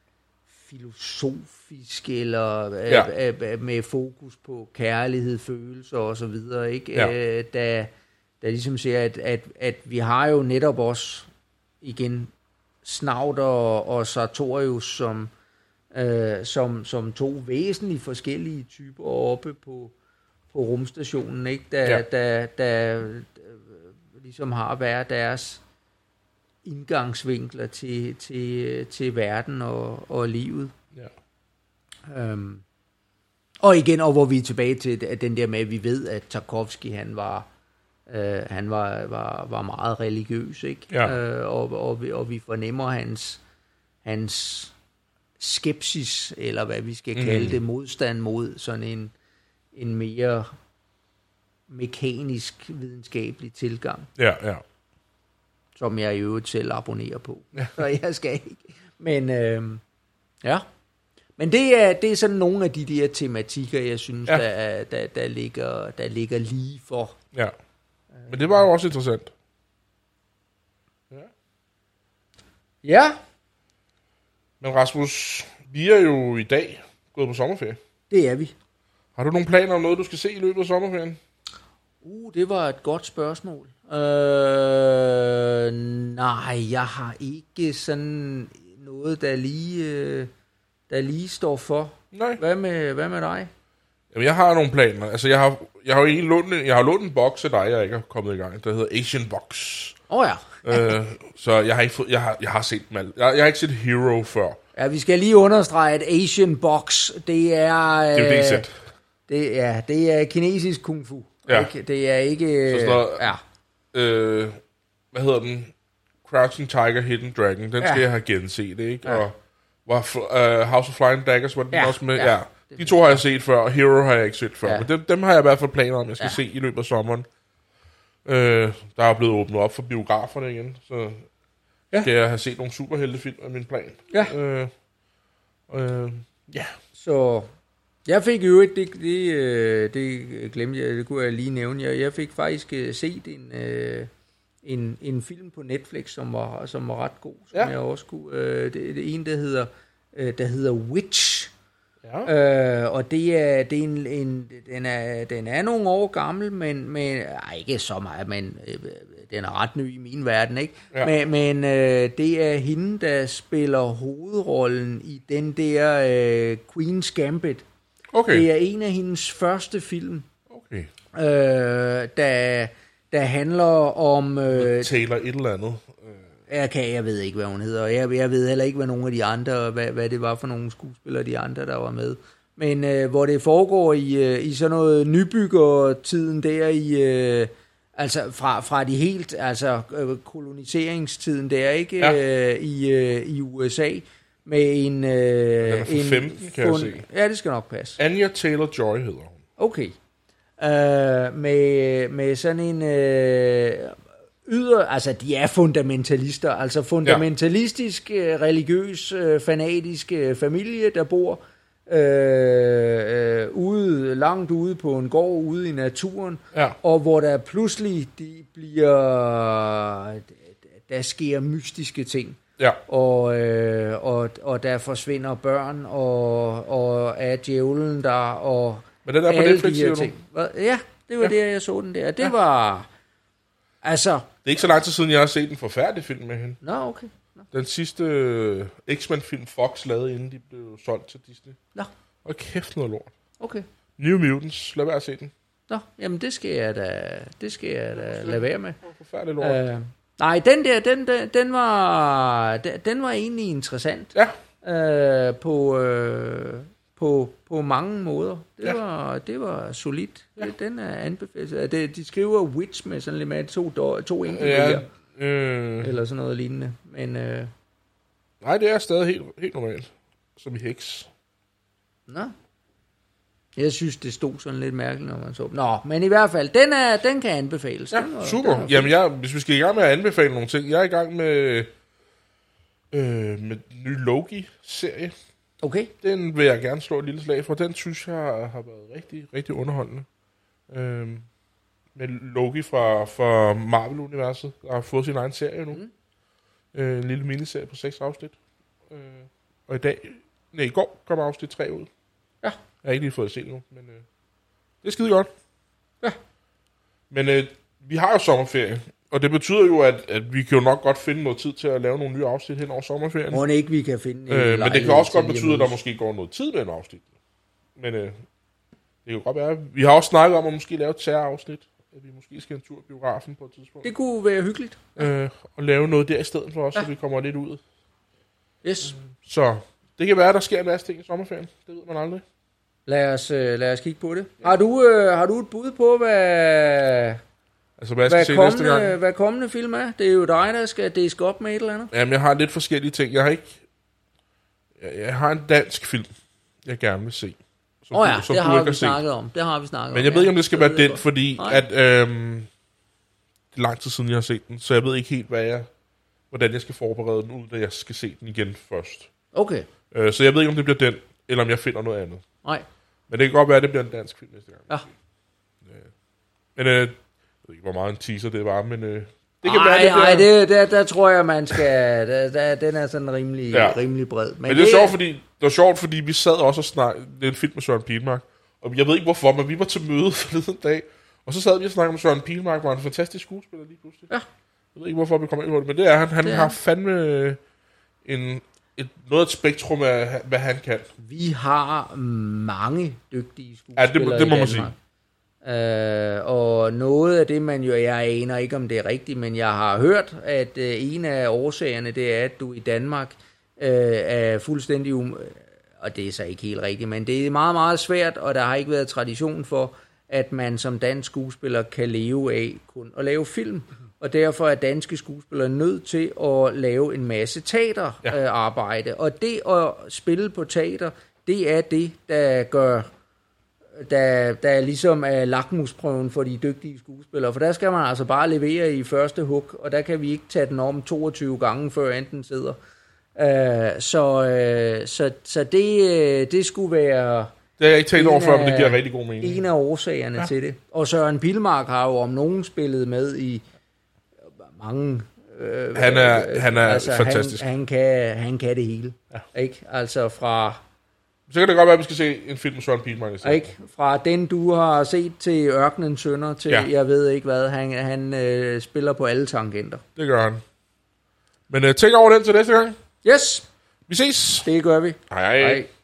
filosofisk eller med fokus på kærlighed, følelser og så videre, ikke? Der ligesom siger, at vi har jo netop også igen Snauter og Sartorius som to væsentligt forskellige typer oppe på rumstationen, ikke? Der ligesom har hver deres indgangsvinkler til verden og livet. Ja. Og igen, og hvor vi er tilbage til den der med, at vi ved, at Tarkovsky han var meget religiøs, ikke? Ja. Og vi fornemmer hans skepsis, eller hvad vi skal kalde det, modstand mod sådan en mere mekanisk videnskabelig tilgang. Ja. Som jeg i øvrigt selv abonnerer på. Ja. Så jeg skal ikke. Men Men det er sådan nogle af de der tematikker, jeg synes, der ligger lige for. Ja. Men det var jo også interessant. Ja. Men Rasmus, vi er jo i dag gået på sommerferie. Det er vi. Har du nogle planer om noget, du skal se i løbet af sommerferien? Det var et godt spørgsmål. Nej, jeg har ikke sådan noget, der lige står for. Nej. Hvad med dig? Jamen, jeg har nogle planer. Altså, jeg har jo egentlig lånt en boks af dig, jeg ikke er kommet i gang. Der hedder Asian Box. Ja. Så jeg har ikke fået, jeg har set dem alle. Jeg har ikke set Hero før. Ja, vi skal lige understrege, at Asian Box, det er... DVD-sæt. Det er kinesisk kung fu. Ja. Ikke? Det er ikke... Så hvad hedder den? Crouching Tiger, Hidden Dragon. Den skal jeg have genset, ikke? Ja. Og House of Flying Daggers, var den også med? Ja. De to har jeg set før, og Hero har jeg ikke set før. Ja. Men dem har jeg i hvert fald planer om, jeg skal se i løbet af sommeren. Der er blevet åbnet op for biograferne igen, så skal jeg have set nogle superheltefilm af min plan. Ja. Så jeg fik jo det glemte jeg, det kunne jeg lige nævne. Jeg fik faktisk set en film på Netflix, som var ret god, som jeg også kunne. Det er en, der hedder Witch. Ja. Og den er nogle år gammel, men ikke så meget, men den er ret ny i min verden, ikke? Ja. Men det er hende, der spiller hovedrollen i den der Queen's Gambit. Okay. Det er en af hendes første film. Okay. Der handler om... Taylor et eller andet. Jeg ved ikke, hvad hun hedder. Jeg ved heller ikke, hvad nogle af de andre, hvad det var for nogle skuespillere, de andre, der var med. Men hvor det foregår i sådan noget nybyggertiden der i... altså fra de helt... Altså koloniseringstiden der, ikke? Ja. I USA. Med en... Den er fra 15, kan jeg se. Ja, det skal nok passe. Anya Taylor-Joy hedder hun. Okay. Med sådan en... altså de er fundamentalister, altså fundamentalistisk, religiøs, fanatisk familie, der bor langt ude på en gård ude i naturen, og hvor der pludselig der sker mystiske ting. Ja. Og der forsvinder børn, og er djævlen der, og men den er på Netflix, siger du? Ja, det var det, jeg så den der. Det var... Altså... Det er ikke så lang tid siden, jeg har set en forfærdelig film med hende. Nå, okay. Den sidste X-Men-film Fox lavede, inden de blev solgt til Disney. Nå. Og kæft noget lort. Okay. New Mutants, lad være at se den. Nå, jamen det skal jeg da lade være med. Forfærdelig lort. Nej, den der, den var egentlig interessant. Ja. På mange måder. Det var solidt. Ja. Den er anbefalet. De skriver Witch med sådan lidt med to enkelte eller sådan noget lignende. Men nej, det er stadig helt normalt. Som i Heks. Nå. Jeg synes, det stod sådan lidt mærkeligt, når man så. Nå, men i hvert fald, den kan anbefales. Ja, super. Jamen, hvis vi skal i gang med at anbefale nogle ting. Jeg er i gang med ny Loki-serie. Okay. Den vil jeg gerne slå et lille slag for. Den synes jeg har været rigtig, rigtig underholdende. Med Loki fra Marvel-universet, der har fået sin egen serie nu. En lille miniserie på 6 afsnit. Og i går kom afsnit 3 ud. Ja. Jeg har ikke lige fået at se nu, men det er skide godt. Ja. Men vi har jo sommerferie, og det betyder jo, at vi kan jo nok godt finde noget tid til at lave nogle nye afsnit hen over sommerferien. Må ikke vi kan finde men det kan også godt betyde, at der måske går noget tid med en afsnit. Men det kan godt være. Vi har også snakket om at måske lave et terrorafsnit. At vi måske skal en tur i biografen på et tidspunkt. Det kunne være hyggeligt. Og lave noget der i stedet for os, så vi kommer lidt ud. Yes. Så det kan være, at der sker en masse ting i sommerferien. Det ved man aldrig. Lad os kigge på det. Ja. Har du et bud på, hvad kommende film er? Det er jo dig, der skal diske op med et eller andet. Jamen, jeg har lidt forskellige ting. Jeg har en dansk film, jeg gerne vil se. Det har vi snakket om. Men jeg ved ikke, om det skal være den, fordi at det er lang tid siden, jeg har set den, så jeg ved ikke helt, hvordan jeg skal forberede den ud, da jeg skal se den igen først. Okay. Så jeg ved ikke, om det bliver den, eller om jeg finder noget andet. Nej. Men det kan godt være, at det bliver en dansk film næste gang. Ja. Men jeg ved ikke, hvor meget en teaser det var, men det kan være det. Der tror jeg, man skal... Den er sådan rimelig bred. Men det er sjovt, fordi vi sad også og snakkede... Det er en film med Søren Pilmark. Og jeg ved ikke hvorfor, men vi var til møde forleden dag. Og så sad vi og snakkede om Søren Pilmark, var en fantastisk skuespiller lige pludselig. Ja. Jeg ved ikke, hvorfor vi kommer ind på det, men det er han. Han har fandme noget af et spektrum af, hvad han kan. Vi har mange dygtige skuespillere det må man sige. Og noget af det, jeg aner ikke, om det er rigtigt, men jeg har hørt, at en af årsagerne, det er, at du i Danmark er fuldstændig, og det er så ikke helt rigtigt, men det er meget, meget svært, og der har ikke været tradition for, at man som dansk skuespiller kan leve af kun at lave film. Og derfor er danske skuespillere nødt til at lave en masse teaterarbejde. Og det at spille på teater, det er det, der gør... Der ligesom er lakmusprøven for de dygtige skuespillere. For der skal man altså bare levere i første hug, og der kan vi ikke tage den om 22 gange, før enten sidder. Så det skulle være... Det har jeg ikke tænkt over før, men det giver rigtig god mening. En af årsagerne til det. Og Søren Pilmark har jo om nogen spillet med i mange... Han er fantastisk. Han kan det hele. Ja. Ikke? Altså fra Så kan det godt være, at vi skal se en film med Søren Pilmark i stedet. Ikke? Fra den, du har set til Ørkenens Sønner, til jeg ved ikke hvad. Han spiller på alle tangenter. Det gør han. Men tænk over den til næste gang. Yes! Vi ses! Det gør vi. Hej. Hej.